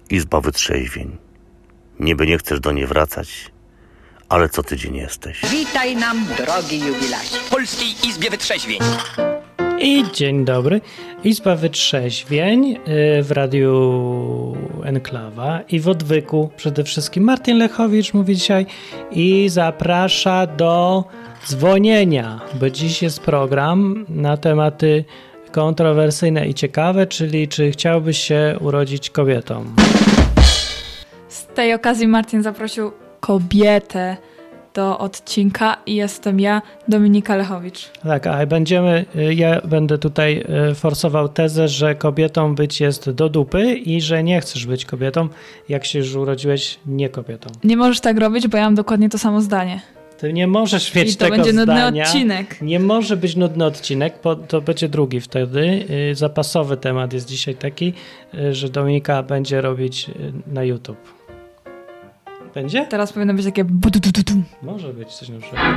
Izba wytrzeźwień. Niby nie chcesz do niej wracać, ale co tydzień jesteś. Witaj nam, drogi jubilacie. W Polskiej Izbie Wytrzeźwień. I dzień dobry. Izba Wytrzeźwień w Radiu Enklawa i w Odwyku przede wszystkim. Martin Lechowicz mówi dzisiaj i zaprasza do dzwonienia, bo dziś jest program na tematy kontrowersyjne i ciekawe, czyli czy chciałbyś się urodzić kobietą? Z tej okazji Martin zaprosił kobietę do odcinka i jestem ja, Dominika Lechowicz. Tak, a ja będę tutaj forsował tezę, że kobietą być jest do dupy i że nie chcesz być kobietą, jak się już urodziłeś nie kobietą. Nie możesz tak robić, bo ja mam dokładnie to samo zdanie. Ty nie możesz mieć tego zdania. I to będzie zdania. nudny odcinek. Nie może być nudny odcinek, to będzie drugi wtedy. Zapasowy temat jest dzisiaj taki, że Dominika będzie robić na YouTube. Będzie? Teraz powinno być takie Może być coś na przykład.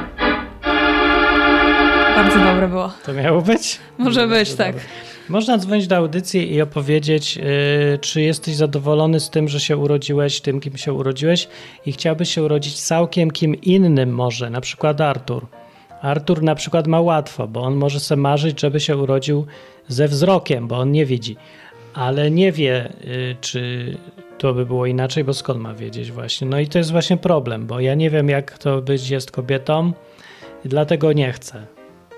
Bardzo dobre było. To miało być? Może być, tak. Dobre. Można dzwonić do audycji i opowiedzieć, czy jesteś zadowolony z tym, że się urodziłeś tym, kim się urodziłeś i chciałbyś się urodzić całkiem kim innym może, na przykład Artur. Artur na przykład ma łatwo, bo on może sobie marzyć, żeby się urodził ze wzrokiem, bo on nie widzi. Ale nie wie, czy to by było inaczej, bo skąd ma wiedzieć właśnie. No i to jest właśnie problem, bo ja nie wiem, jak to być jest kobietą i dlatego nie chcę.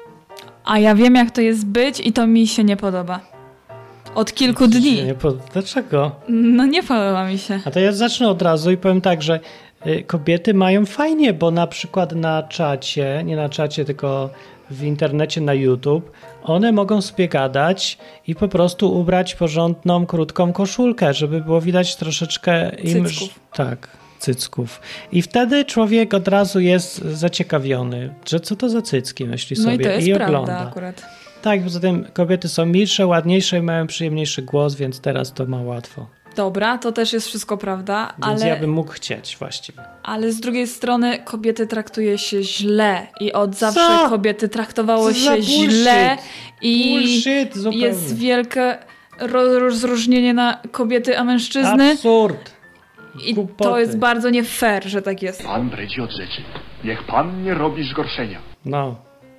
A ja wiem, jak to jest być i to mi się nie podoba. Od kilku dni. Dlaczego? No nie podoba mi się. A to ja zacznę od razu i powiem tak, że kobiety mają fajnie, bo na przykład na czacie, nie na czacie, tylko w internecie, na YouTube, one mogą sobie gadać i po prostu ubrać porządną, krótką koszulkę, żeby było widać troszeczkę im... Cycków. Tak, cycków. I wtedy człowiek od razu jest zaciekawiony, że co to za cycki, myśli sobie, no i to jest ogląda. prawda akurat. Tak, poza tym kobiety są milsze, ładniejsze i mają przyjemniejszy głos, więc teraz to ma łatwo. Dobra, to też jest wszystko prawda, Więc ale... ja bym mógł chcieć właściwie. Ale z drugiej strony kobiety traktuje się źle i od zawsze kobiety traktowało się źle i jest wielkie rozróżnienie na kobiety a mężczyzny. Absurd! I Głupoty. to jest bardzo nie fair, że tak jest. Pan bredzi od rzeczy. Niech pan nie robi zgorszenia. No.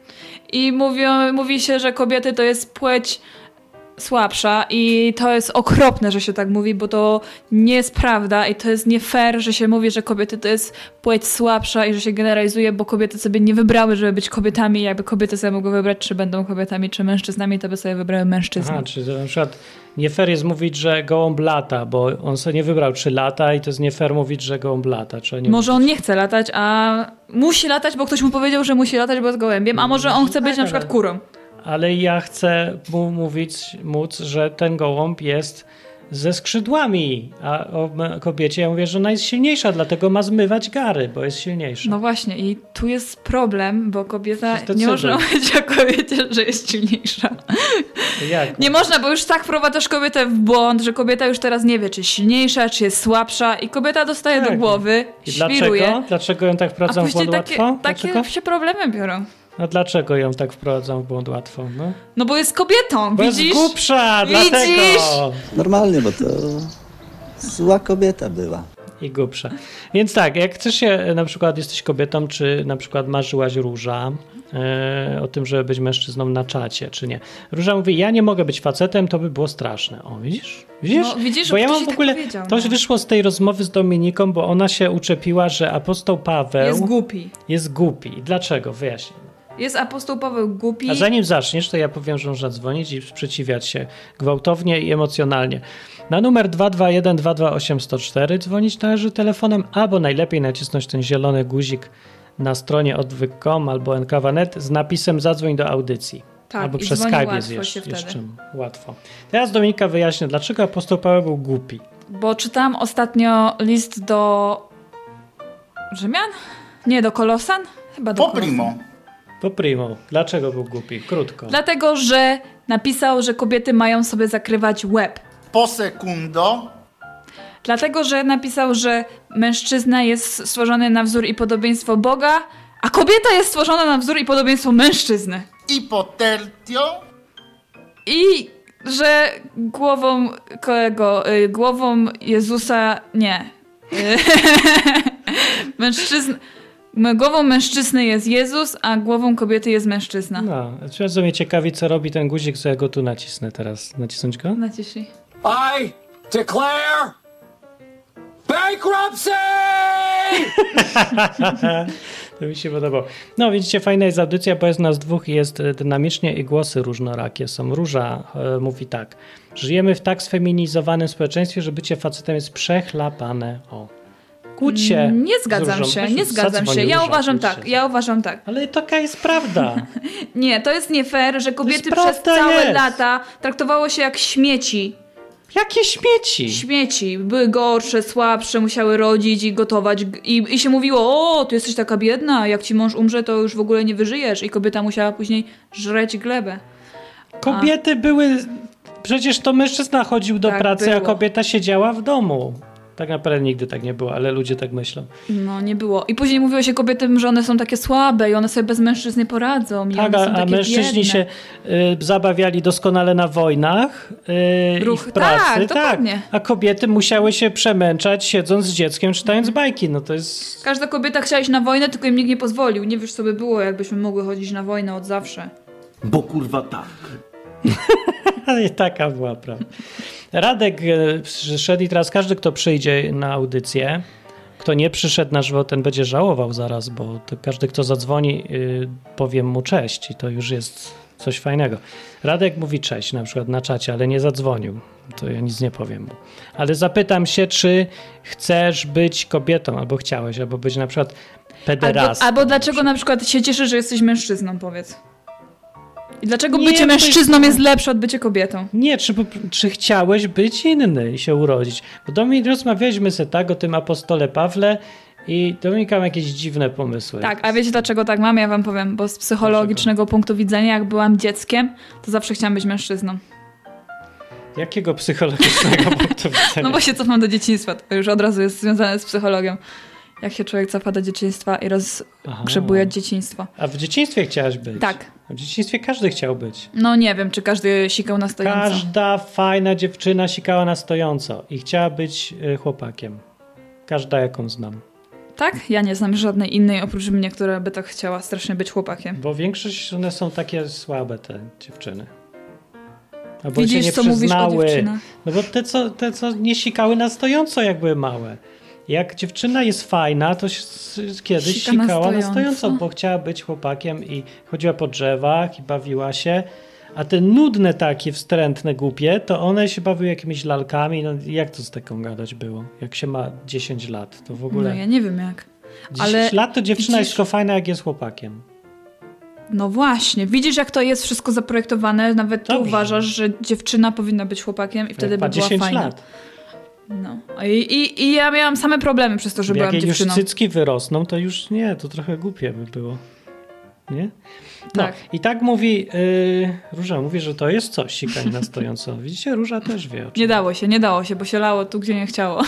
I mówi się, że kobiety to jest płeć słabsza i to jest okropne, że się tak mówi, bo to nie jest prawda i to jest nie fair, że się mówi, że kobiety to jest płeć słabsza i że się generalizuje, bo kobiety sobie nie wybrały, żeby być kobietami. Jakby kobiety sobie mogły wybrać, czy będą kobietami, czy mężczyznami, to by sobie wybrały mężczyzn. Aha, czyli na przykład nie fair jest mówić, że gołąb lata, bo on sobie nie wybrał 3 lata i to jest nie fair mówić, że gołąb lata. Może on nie chce latać, a musi latać, bo ktoś mu powiedział, że musi latać, bo jest gołębiem, a może on chce być na przykład kurą. Ale ja chcę mu móc, że ten gołąb jest ze skrzydłami, a o kobiecie ja mówię, że ona jest silniejsza, dlatego ma zmywać gary, bo jest silniejsza. No właśnie i tu jest problem, bo kobieta nie można mówić o kobiecie, że jest silniejsza. Jak? Nie można, bo już tak wprowadzasz kobietę w błąd, że kobieta już teraz nie wie, czy jest silniejsza, czy jest słabsza i kobieta dostaje do głowy, I świruje. Dlaczego ją tak wprowadzą w błąd łatwo? Takie się problemy biorą. A dlaczego ją tak wprowadzą w błąd łatwo? No bo jest kobietą, bo widzisz? Jest głupsza, dlatego! Normalnie, bo to zła kobieta była. I głupsza. Więc tak, jak chcesz się, na przykład jesteś kobietą, czy na przykład marzyłaś Róża o tym, żeby być mężczyzną na czacie, czy nie. Róża mówi, ja nie mogę być facetem, to by było straszne. O, widzisz? No, widzisz, bo ja mam w tak ogóle, powiedział, to wyszło z tej rozmowy z Dominiką, bo ona się uczepiła, że apostoł Paweł jest głupi. I dlaczego? Wyjaśnij. Jest apostoł Paweł głupi. A zanim zaczniesz, to ja powiem, że można dzwonić i sprzeciwiać się gwałtownie i emocjonalnie. Na numer 221 228 104 dzwonić należy telefonem, albo najlepiej nacisnąć ten zielony guzik na stronie odwyk.com albo enklawa.net z napisem zadzwoń do audycji. Tak, albo przez Skype jest jeszcze łatwo. Teraz Dominika wyjaśnia, dlaczego apostoł Paweł był głupi. Bo czytałam ostatnio list do Rzymian? Nie, do Kolosan? Chyba do Kolosan. Po primo. Dlaczego był głupi? Krótko. Dlatego, że napisał, że kobiety mają sobie zakrywać łeb. Po sekundo. Dlatego, że napisał, że mężczyzna jest stworzony na wzór i podobieństwo Boga, a kobieta jest stworzona na wzór i podobieństwo mężczyzny. I po tertio. I że głową Jezusa, nie. Głową mężczyzny jest Jezus, a głową kobiety jest mężczyzna. No, bardzo mnie ciekawi, co robi ten guzik, co ja go tu nacisnę teraz. Nacisnąć go? Naciśnij. I declare bankruptcy! To mi się podobało. No widzicie, fajna jest audycja, bo jest nas dwóch i jest dynamicznie i głosy różnorakie są. Róża mówi tak. Żyjemy w tak sfeminizowanym społeczeństwie, że bycie facetem jest przechlapane. O. Kłóć się. Nie zgadzam się, nie zgadzam się. Ja uważam tak. Ale taka jest prawda. Nie, to jest nie fair, że kobiety przez całe lata traktowało się jak śmieci. Jakie śmieci? Śmieci. Były gorsze, słabsze, musiały rodzić i gotować. I się mówiło, o, ty jesteś taka biedna, jak ci mąż umrze, to już w ogóle nie wyżyjesz. I kobieta musiała później żreć glebę. Kobiety były... Przecież to mężczyzna chodził do pracy, było. A kobieta siedziała w domu. Tak naprawdę nigdy tak nie było, ale ludzie tak myślą. No, nie było. I później mówiło się kobietom, że one są takie słabe i one sobie bez mężczyzn nie poradzą. Tak, a mężczyźni biedne. Się zabawiali doskonale na wojnach i w pracy. Tak, dokładnie. A kobiety musiały się przemęczać siedząc z dzieckiem, czytając bajki. No to jest... Każda kobieta chciała iść na wojnę, tylko im nikt nie pozwolił. Nie wiesz, co by było, jakbyśmy mogły chodzić na wojnę od zawsze. Bo kurwa tak. I taka była prawda. Radek przyszedł i teraz każdy, kto przyjdzie na audycję, kto nie przyszedł na żywo, ten będzie żałował zaraz, bo to każdy, kto zadzwoni, powiem mu cześć i to już jest coś fajnego. Radek mówi cześć na przykład na czacie, ale nie zadzwonił. To ja nic nie powiem mu. Ale zapytam się, czy chcesz być kobietą, albo chciałeś, albo być na przykład pederastą. Albo dlaczego na przykład się cieszysz, że jesteś mężczyzną, powiedz. I dlaczego bycie mężczyzną jest lepsze od bycia kobietą? Nie, czy chciałeś być inny i się urodzić? Bo Dominik, rozmawialiśmy sobie tak o tym apostole Pawle i Dominika ma jakieś dziwne pomysły. Tak, a wiecie dlaczego tak mam? Ja wam powiem, bo z psychologicznego punktu widzenia, jak byłam dzieckiem, to zawsze chciałam być mężczyzną. Jakiego psychologicznego punktu widzenia? No bo się cofam do dzieciństwa, to już od razu jest związane z psychologią. Jak się człowiek cofa do dzieciństwa i rozgrzebuje od dzieciństwa. A w dzieciństwie chciałaś być? Tak. W dzieciństwie każdy chciał być. No nie wiem, czy każdy sikał na stojąco. Każda fajna dziewczyna sikała na stojąco i chciała być chłopakiem. Każda, jaką znam. Tak? Ja nie znam żadnej innej oprócz mnie, która by tak chciała strasznie być chłopakiem. Bo większość one są takie słabe, te dziewczyny. Albo widzisz, się nie co przyznały. mówisz o dziewczynach? No bo te, co nie sikały na stojąco, jak były małe. Jak dziewczyna jest fajna, to kiedyś sikała na stojąco, bo chciała być chłopakiem i chodziła po drzewach i bawiła się. A te nudne takie, wstrętne, głupie, to one się bawiły jakimiś lalkami. No, jak to z taką gadać było? Jak się ma 10 lat, to w ogóle... No ja nie wiem jak. 10 lat to dziewczyna jest tylko fajna, jak jest chłopakiem. No właśnie. Widzisz, jak to jest wszystko zaprojektowane? Nawet ty uważasz, że dziewczyna powinna być chłopakiem i wtedy by była fajna. Lat. No. I ja miałam same problemy przez to, że byłam dziewczyną. Jak już cycki wyrosną, to już nie, to trochę głupie by było. Nie? No, tak. I tak mówi Róża, mówi, że to jest coś, sikanie na stojąco. Widzicie, Róża też wie o czym. Nie dało się, bo się lało tu, gdzie nie chciało.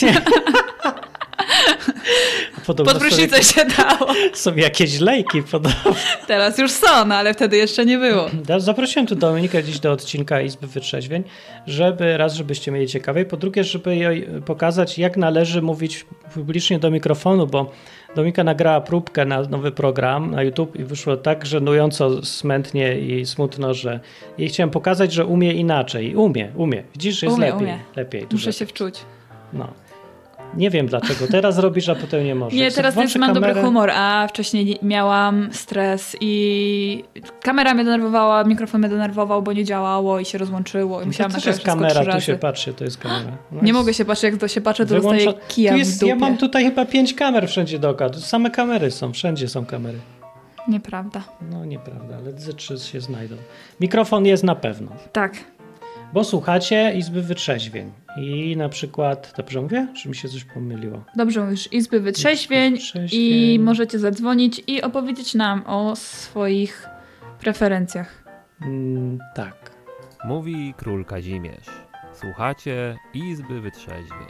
Pod prysznicem się dało. Są jakieś lejki podobno. Teraz już są, no, ale wtedy jeszcze nie było. Zaprosiłem tu Dominikę dziś do odcinka Izby Wytrzeźwień, żebyście mieli ciekawej, po drugie, żeby jej pokazać, jak należy mówić publicznie do mikrofonu, bo Dominika nagrała próbkę na nowy program na YouTube i wyszło tak żenująco smętnie i smutno, że jej chciałem pokazać, że umie inaczej. I umie. Widzisz, że jest lepiej. Muszę się wczuć. No. Nie wiem dlaczego. Teraz robisz, a potem nie możesz. Nie, teraz już mam dobry humor, a wcześniej miałam stres i kamera mnie denerwowała, mikrofon mnie denerwował, bo nie działało i się rozłączyło. I musiałam to jest kamera, tu się patrzy, to jest kamera. No nie mogę się patrzeć, jak to się patrzy, to dostaję kija w dupie. Ja mam tutaj chyba 5 kamer wszędzie dookoła. Same kamery są, wszędzie są kamery. Nieprawda. No nieprawda, ale 3 się znajdą. Mikrofon jest na pewno. Tak. Bo słuchacie Izby Wytrzeźwień i na przykład, dobrze mówię? Czy mi się coś pomyliło? Dobrze mówisz, Izby Wytrzeźwień i możecie zadzwonić i opowiedzieć nam o swoich preferencjach. Tak. Mówi król Kazimierz. Słuchacie Izby Wytrzeźwień.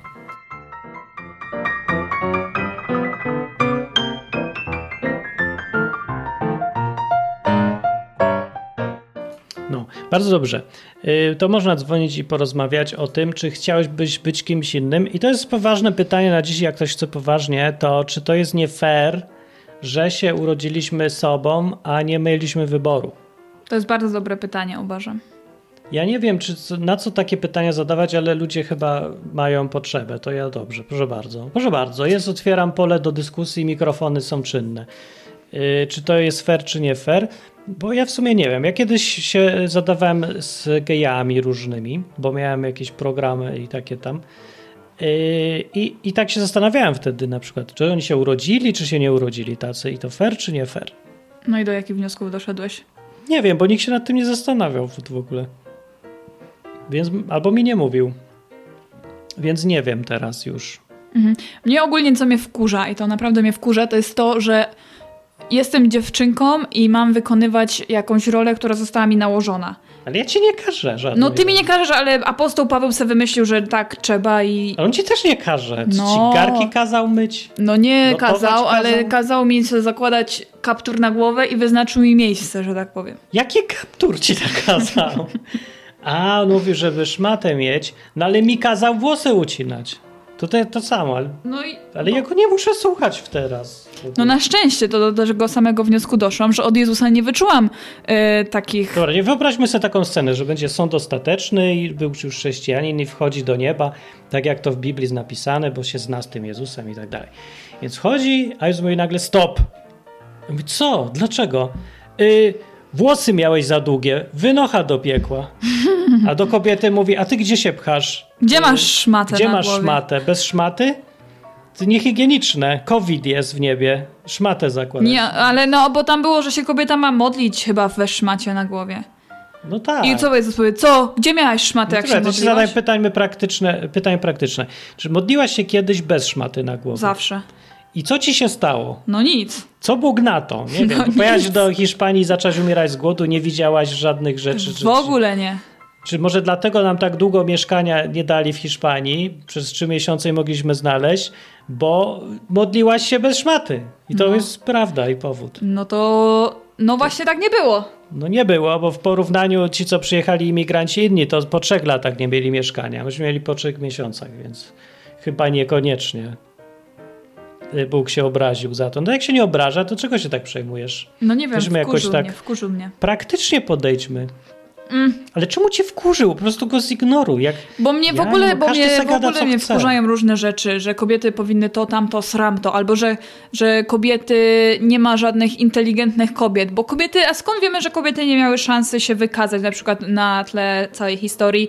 No, Bardzo dobrze. To można dzwonić i porozmawiać o tym, czy chciałeś być kimś innym. I to jest poważne pytanie na dziś, jak ktoś chce poważnie, to czy to jest nie fair, że się urodziliśmy sobą, a nie mieliśmy wyboru? To jest bardzo dobre pytanie, uważam. Ja nie wiem, na co takie pytania zadawać, ale ludzie chyba mają potrzebę. To ja dobrze, proszę bardzo. Proszę bardzo, otwieram pole do dyskusji, mikrofony są czynne. Czy to jest fair, czy nie fair? Bo ja w sumie nie wiem. Ja kiedyś się zadawałem z gejami różnymi, bo miałem jakieś programy i takie tam. I tak się zastanawiałem wtedy na przykład, czy oni się urodzili, czy się nie urodzili tacy i to fair, czy nie fair? No i do jakich wniosków doszedłeś? Nie wiem, bo nikt się nad tym nie zastanawiał w ogóle. Więc albo mi nie mówił. Więc nie wiem teraz już. Mnie ogólnie co mnie wkurza i to naprawdę mnie wkurza, to jest to, że jestem dziewczynką i mam wykonywać jakąś rolę, która została mi nałożona. Ale ja ci nie każę żadnej. No ty mi nie każesz, ale apostoł Paweł sobie wymyślił, że tak trzeba i... Ale on ci też nie każe. No. Ci garki kazał myć? No nie gotować kazał, ale kazał mi sobie zakładać kaptur na głowę i wyznaczył mi miejsce, że tak powiem. Jaki kaptur ci nakazał? A, on mówił, żeby szmatę mieć, no ale mi kazał włosy ucinać. To samo, ale ja go nie muszę słuchać teraz. No na szczęście to do tego samego wniosku doszłam, że od Jezusa nie wyczułam takich... Dobra, nie wyobraźmy sobie taką scenę, że będzie sąd ostateczny i był już chrześcijanin i wchodzi do nieba, tak jak to w Biblii jest napisane, bo się zna z tym Jezusem i tak dalej. Więc chodzi, a Jezus mówi nagle stop. Ja mówię, co? Dlaczego? Włosy miałeś za długie, wynocha do piekła. A do kobiety mówi, a ty gdzie się pchasz? Gdzie masz szmatę Gdzie na masz głowie? szmatę? Bez szmaty? To niehigieniczne. COVID jest w niebie. Szmatę zakładać. Nie, ale no, bo tam było, że się kobieta ma modlić chyba we szmacie na głowie. No tak. I co Jezus powie? Co? Gdzie miałaś szmatę, jak się to ci zadaj modliłaś? pytanie praktyczne. Czy modliłaś się kiedyś bez szmaty na głowie? Zawsze. I co ci się stało? No nic. Co Bóg na to? Nie wiem. Pojechać do Hiszpanii i zacząć umierać z głodu, nie widziałaś żadnych rzeczy. W ogóle nie. Czy może dlatego nam tak długo mieszkania nie dali w Hiszpanii, przez 3 miesiące je mogliśmy znaleźć, bo modliłaś się bez szmaty. I to jest prawda i powód. No właśnie tak nie było. No nie było, bo w porównaniu ci, co przyjechali imigranci inni, to po 3 latach nie mieli mieszkania. Myśmy mieli po 3 miesiącach, więc chyba niekoniecznie Bóg się obraził za to. No jak się nie obraża, to czego się tak przejmujesz? No nie wiem, Wkurzył mnie. Praktycznie podejdźmy. Ale czemu cię wkurzył? Po prostu go zignoruj. Bo mnie w ogóle mnie wkurzają różne rzeczy, że kobiety powinny to, tamto, sramto, albo że kobiety, nie ma żadnych inteligentnych kobiet, bo kobiety, a skąd wiemy, że kobiety nie miały szansy się wykazać na przykład na tle całej historii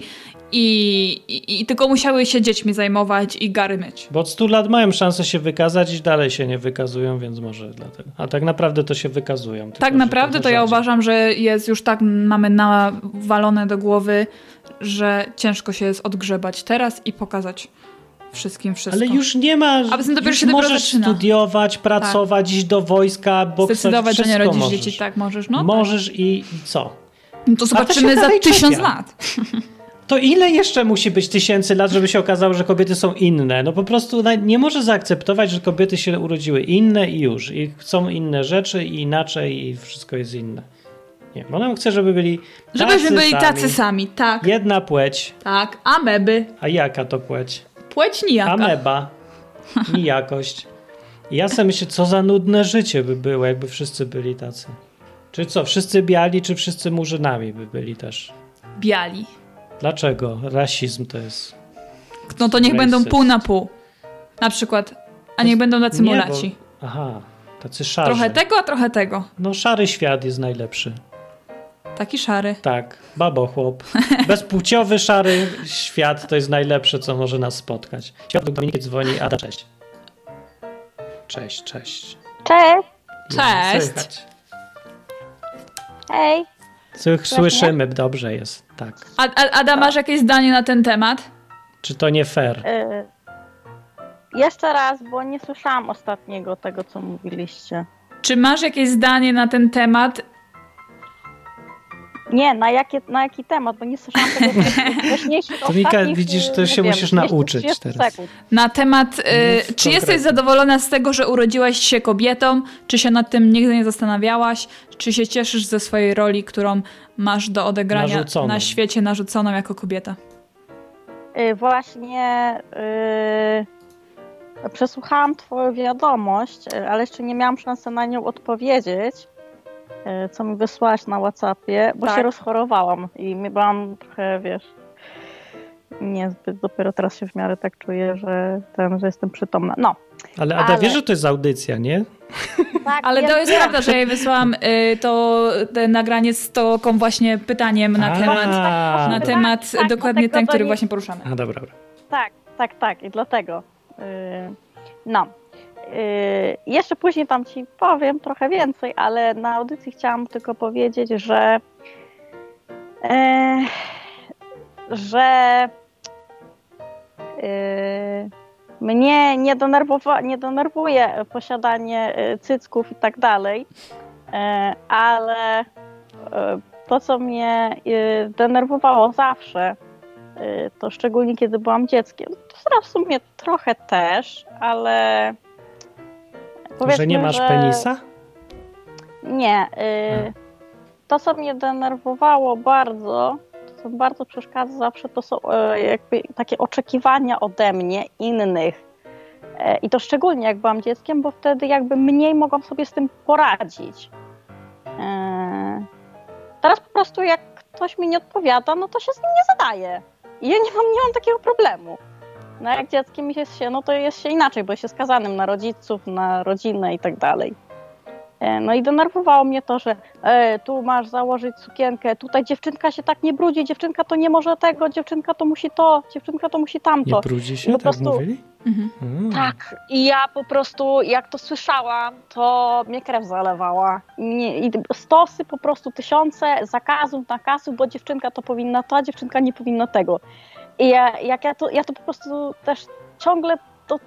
i tylko musiały się dziećmi zajmować i gary myć. Bo od 100 lat mają szansę się wykazać i dalej się nie wykazują, więc może dlatego. A tak naprawdę to się wykazują. Tak naprawdę to ja uważam, że jest już tak, mamy nawalone do głowy, że ciężko się jest odgrzebać teraz i pokazać wszystkim wszystko. Ale już nie ma, już możesz studiować, pracować, iść do wojska, boksać, zdecydować, że nie rodzisz możesz. dzieci, tak możesz. No możesz tak. I co? No to zobaczymy za 1000 lat. To ile jeszcze musi być 1000 lat, żeby się okazało, że kobiety są inne? No po prostu nie może zaakceptować, że kobiety się urodziły inne i już. I chcą inne rzeczy i inaczej i wszystko jest inne. Nie, bo ona chce, żeby byli tacy sami, tak. Jedna płeć. Tak, ameby. A jaka to płeć? Płeć nijaka. Ameba. Nijakość. I ja sobie myślę, co za nudne życie by było, jakby wszyscy byli tacy. Czy co, wszyscy biali, czy wszyscy murzynami by byli też? Biali. Dlaczego? Rasizm to jest... No to niech będą pół na pół. Na przykład. A niech będą tacy mulaci. Aha, tacy szarzy. Trochę tego, a trochę tego. No szary świat jest najlepszy. Taki szary. Tak, babochłop. Bezpłciowy, szary świat to jest najlepsze, co może nas spotkać. Świat Dominik dzwoni. Ada, cześć. Cześć. Cześć. Słychać. Hej. Słyszymy, dobrze jest, tak. Ada, masz jakieś zdanie na ten temat? Czy to nie fair? Jeszcze raz, bo nie słyszałam ostatniego tego, co mówiliście. Czy masz jakieś zdanie na ten temat? Nie, na jaki temat, bo nie słyszałam tego wcześniejszych To Mika, ostatnich, widzisz, to się nie musisz wiem, nauczyć 30 teraz. sekund. Na temat, czy jesteś zadowolona z tego, że urodziłaś się kobietą? Czy się nad tym nigdy nie zastanawiałaś? Czy się cieszysz ze swojej roli, którą masz do odegrania Narzuconą. na świecie, narzuconą jako kobieta? Właśnie przesłuchałam twoją wiadomość, ale jeszcze nie miałam szansy na nią odpowiedzieć, co mi wysłałaś na WhatsAppie, bo Tak. się rozchorowałam i byłam trochę, wiesz, niezbyt, dopiero teraz się w miarę tak czuję, że jestem przytomna. No. Ale Ada wie, że to jest audycja, nie? Tak, Ale to jest prawda, że ja jej wysłałam te nagranie z taką właśnie pytaniem na temat tak, dokładnie dlatego ten, który nie- właśnie poruszamy. A, dobra. Tak, i dlatego. Jeszcze później tam ci powiem trochę więcej, ale na audycji chciałam tylko powiedzieć, że mnie nie denerwuje posiadanie cycków i tak dalej, ale to, co mnie denerwowało zawsze, to szczególnie kiedy byłam dzieckiem, to teraz w sumie trochę też, ale powiedzmy, Że nie masz penisa? Nie. To, co mnie denerwowało bardzo, to co bardzo przeszkadza zawsze, to są jakby takie oczekiwania ode mnie innych. I to szczególnie jak byłam dzieckiem, bo wtedy jakby mniej mogłam sobie z tym poradzić. Teraz po prostu jak ktoś mi nie odpowiada, no to się z nim nie zadaje. I ja nie mam takiego problemu. No jak dzieckiem jest się, no to jest się inaczej, bo jest się skazanym na rodziców, na rodzinę i tak dalej. No i denerwowało mnie to, że tu masz założyć sukienkę, tutaj dziewczynka się tak nie brudzi, dziewczynka to nie może tego, dziewczynka to musi to, dziewczynka to musi tamto. Nie brudzi się? po Tak prostu- mówili? Tak, i ja po prostu jak to słyszałam, to mnie krew zalewała. I stosy po prostu tysiące zakazów, nakazów, bo dziewczynka to powinna to, a dziewczynka nie powinna tego. I ja to po prostu też ciągle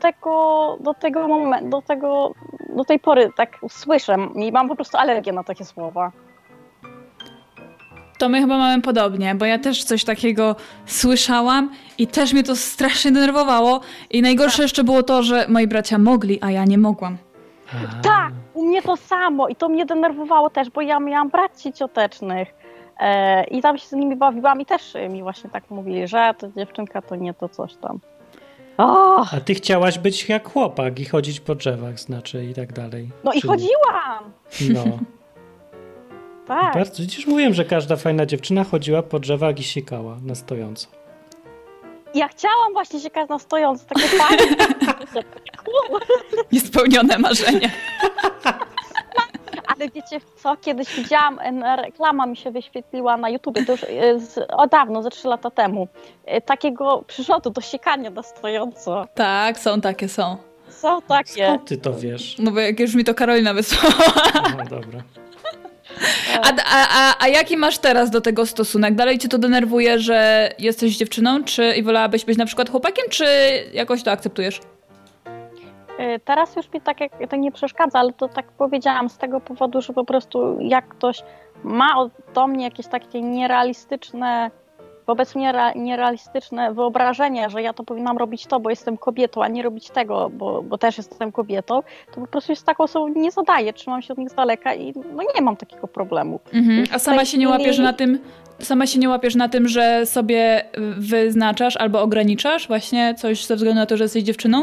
do tej pory tak słyszę i mam po prostu alergię na takie słowa. To my chyba mamy podobnie, bo ja też coś takiego słyszałam i też mnie to strasznie denerwowało. I najgorsze jeszcze było to, że moi bracia mogli, a ja nie mogłam. Tak, u mnie to samo i to mnie denerwowało też, bo ja miałam braci ciotecznych i tam się z nimi bawiłam i też mi właśnie tak mówili, że to dziewczynka to nie to coś tam. Oh. A ty chciałaś być jak chłopak i chodzić po drzewach, znaczy i tak dalej. No i chodziłam! No. Tak. Bardzo, widzisz, mówiłem, że każda fajna dziewczyna chodziła po drzewach i sikała na stojąco. Ja chciałam właśnie siekać na stojąco, takie fajne. Niespełnione marzenie. Ale wiecie co, kiedyś widziałam, reklama mi się wyświetliła na YouTubie, to już dawno, ze 3 lata temu, takiego przyrządu do siekania na stojąco. Tak, są takie, są. Są takie. Skąd ty to wiesz? No bo jak już mi to Karolina wysłała. No dobra. A jaki masz teraz do tego stosunek? Dalej cię to denerwuje, że jesteś dziewczyną? I wolałabyś być na przykład chłopakiem, czy jakoś to akceptujesz? Teraz już mi tak jak to nie przeszkadza, ale to tak powiedziałam z tego powodu, że po prostu jak ktoś ma do mnie jakieś takie nierealistyczne, wobec mnie nierealistyczne wyobrażenie, że ja to powinnam robić to, bo jestem kobietą, a nie robić tego, bo też jestem kobietą, to po prostu się z taką osobą nie zadaję, trzymam się od nich z daleka i no nie mam takiego problemu. A sama się nie łapiesz na tym, że sobie wyznaczasz albo ograniczasz właśnie coś ze względu na to, że jesteś dziewczyną?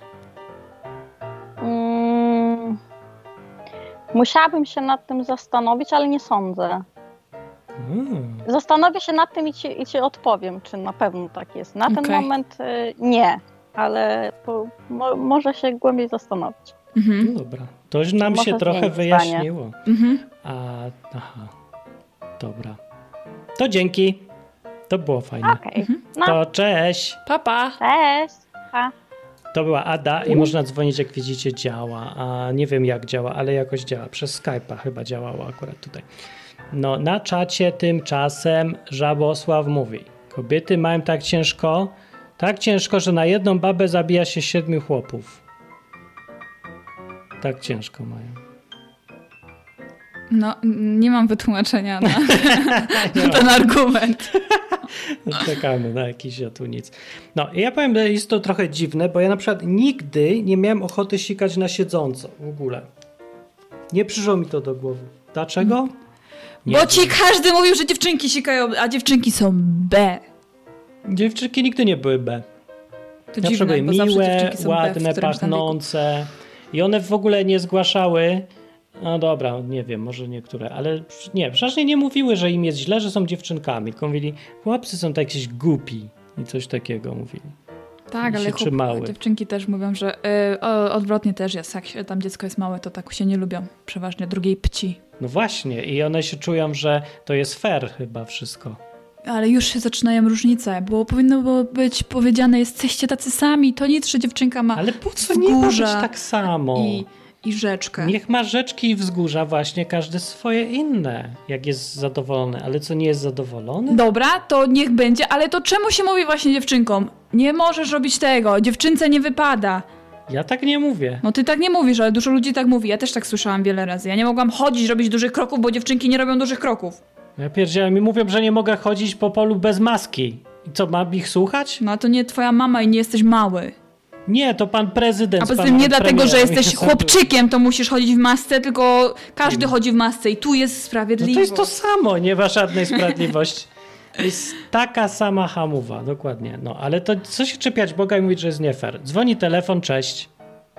Musiałabym się nad tym zastanowić, ale nie sądzę. Zastanowię się nad tym i ci odpowiem, czy na pewno tak jest. Na ten moment nie, ale może się głębiej zastanowić. No dobra, to już nam się trochę wyjaśniło. Aha, dobra. To dzięki. To było fajne. Okej. No. To cześć. Pa, pa. Cześć. Pa. To była Ada i można dzwonić, jak widzicie, działa. A nie wiem, jak działa, ale jakoś działa. Przez Skype'a chyba działało akurat tutaj. No, na czacie tymczasem Żabosław mówi: kobiety mają tak ciężko, że na jedną babę zabija się 7 chłopów. Tak ciężko mają. No, nie mam wytłumaczenia na ten argument. Czekamy na jakiś tu nic. No i ja powiem, że jest to trochę dziwne, bo ja na przykład nigdy nie miałem ochoty sikać na siedząco w ogóle. Nie przyszło mi to do głowy. Dlaczego? Nie Bo ci wiem. każdy mówił, że dziewczynki sikają, a dziewczynki są B. Dziewczynki nigdy nie były B. To Zawsze dziwne, były bo zawsze miłe, dziewczynki są ładne, B w którymś tam wieku. pachnące i one w ogóle nie zgłaszały, no dobra, nie wiem, może niektóre, ale nie, przeważnie nie mówiły, że im jest źle, że są dziewczynkami, tylko mówili, chłopcy są tak jakieś głupi i coś takiego mówili. Tak, I ale się trzymały. dziewczynki też mówią, że odwrotnie też jest, jak się, tam dziecko jest małe, to tak się nie lubią, przeważnie drugiej płci. No właśnie i one się czują, że to jest fair chyba wszystko. Ale już się zaczynają różnice, bo powinno było być powiedziane, jesteście tacy sami, to nic, że dziewczynka ma Ale po co nie ma być wzgórza tak samo? i rzeczkę. Niech ma rzeczki i wzgórza właśnie, każdy swoje inne, jak jest zadowolony. Ale co, nie jest zadowolony? Dobra, to niech będzie, ale to czemu się mówi właśnie dziewczynkom? Nie możesz robić tego, dziewczynce nie wypada. Ja tak nie mówię. No ty tak nie mówisz, ale dużo ludzi tak mówi. Ja też tak słyszałam wiele razy. Ja nie mogłam chodzić, robić dużych kroków, bo dziewczynki nie robią dużych kroków. Ja pierdziałem, mi mówią, że nie mogę chodzić po polu bez maski. I co, mam ich słuchać? No to nie twoja mama i nie jesteś mały. Nie, to pan prezydent. A z poza panem tym nie dlatego, że premierem jesteś mnie chłopczykiem, to musisz chodzić w masce, tylko każdy chodzi w masce i tu jest No sprawiedliwość. to jest to samo, nie ma żadnej sprawiedliwości. To jest taka sama hamuwa, dokładnie. No, ale to co się czepiać Boga i mówić, że jest nie fair? Dzwoni telefon, cześć.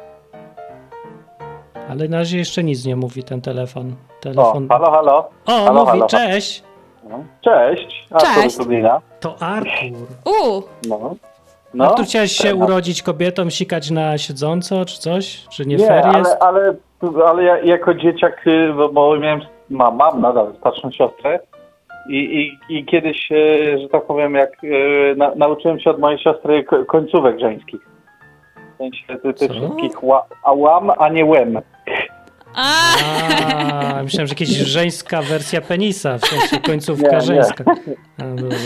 Ale na razie jeszcze nic nie mówi ten telefon. Halo, halo. O, halo, mówi, halo. cześć. No. Cześć. Artur Cześć. z Lublina. To Artur. No. Artur, chciałeś się urodzić kobietą, sikać na siedząco, czy coś? Czy nie Nie, fair jest? ale ja jako dzieciak, bo mam nadal starszą siostrę i kiedyś, że tak powiem, jak nauczyłem się od mojej siostry końcówek żeńskich. W sensie tych wszystkich łam, a nie łem. Myślałem, że jakaś żeńska wersja penisa, w sensie końcówka żeńska. A, dobra.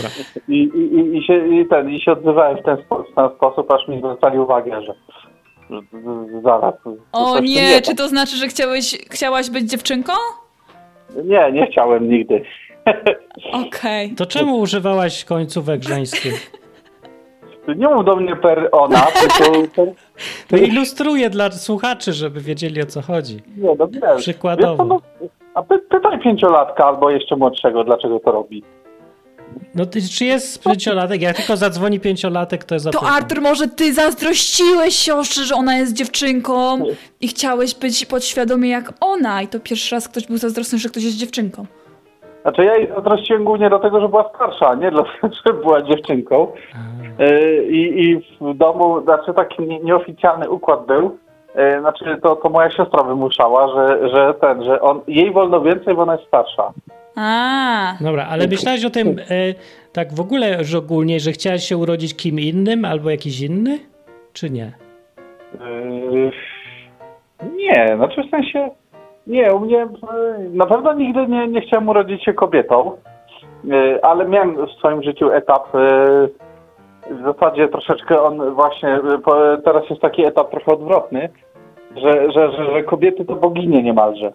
I się odzywałem w ten sposób, aż mi zwracali uwagę, że zaraz. O nie, czy to znaczy, że chciałaś być dziewczynką? Nie chciałem nigdy. Okej. To czemu używałaś końcówek żeńskich? Nie mów do mnie per ona, tylko To ilustruję dla słuchaczy, żeby wiedzieli, o co chodzi. Nie, no wiesz. Przykładowo. A pytaj 5-latka albo jeszcze młodszego, dlaczego to robi. No czy jest 5-latek? Jak tylko zadzwoni 5-latek, to jest To Artur, może ty zazdrościłeś siostrze, że ona jest dziewczynką i chciałeś być podświadomie jak ona i to pierwszy raz ktoś był zazdrosny, że ktoś jest dziewczynką. Znaczy ja jej zazdrościłem głównie dlatego, że była starsza, nie dlatego, że była dziewczynką. I w domu, znaczy taki nieoficjalny układ był, znaczy to moja siostra wymuszała, że jej wolno więcej, bo ona jest starsza. Dobra, ale myślałeś o tym tak w ogóle, że ogólnie, że chciałeś się urodzić kim innym albo jakiś inny? Czy nie? Nie, znaczy w sensie nie, u mnie na pewno nigdy nie chciałem urodzić się kobietą, ale miałem w swoim życiu etap, w zasadzie troszeczkę on właśnie, teraz jest taki etap trochę odwrotny, że kobiety to boginie niemalże.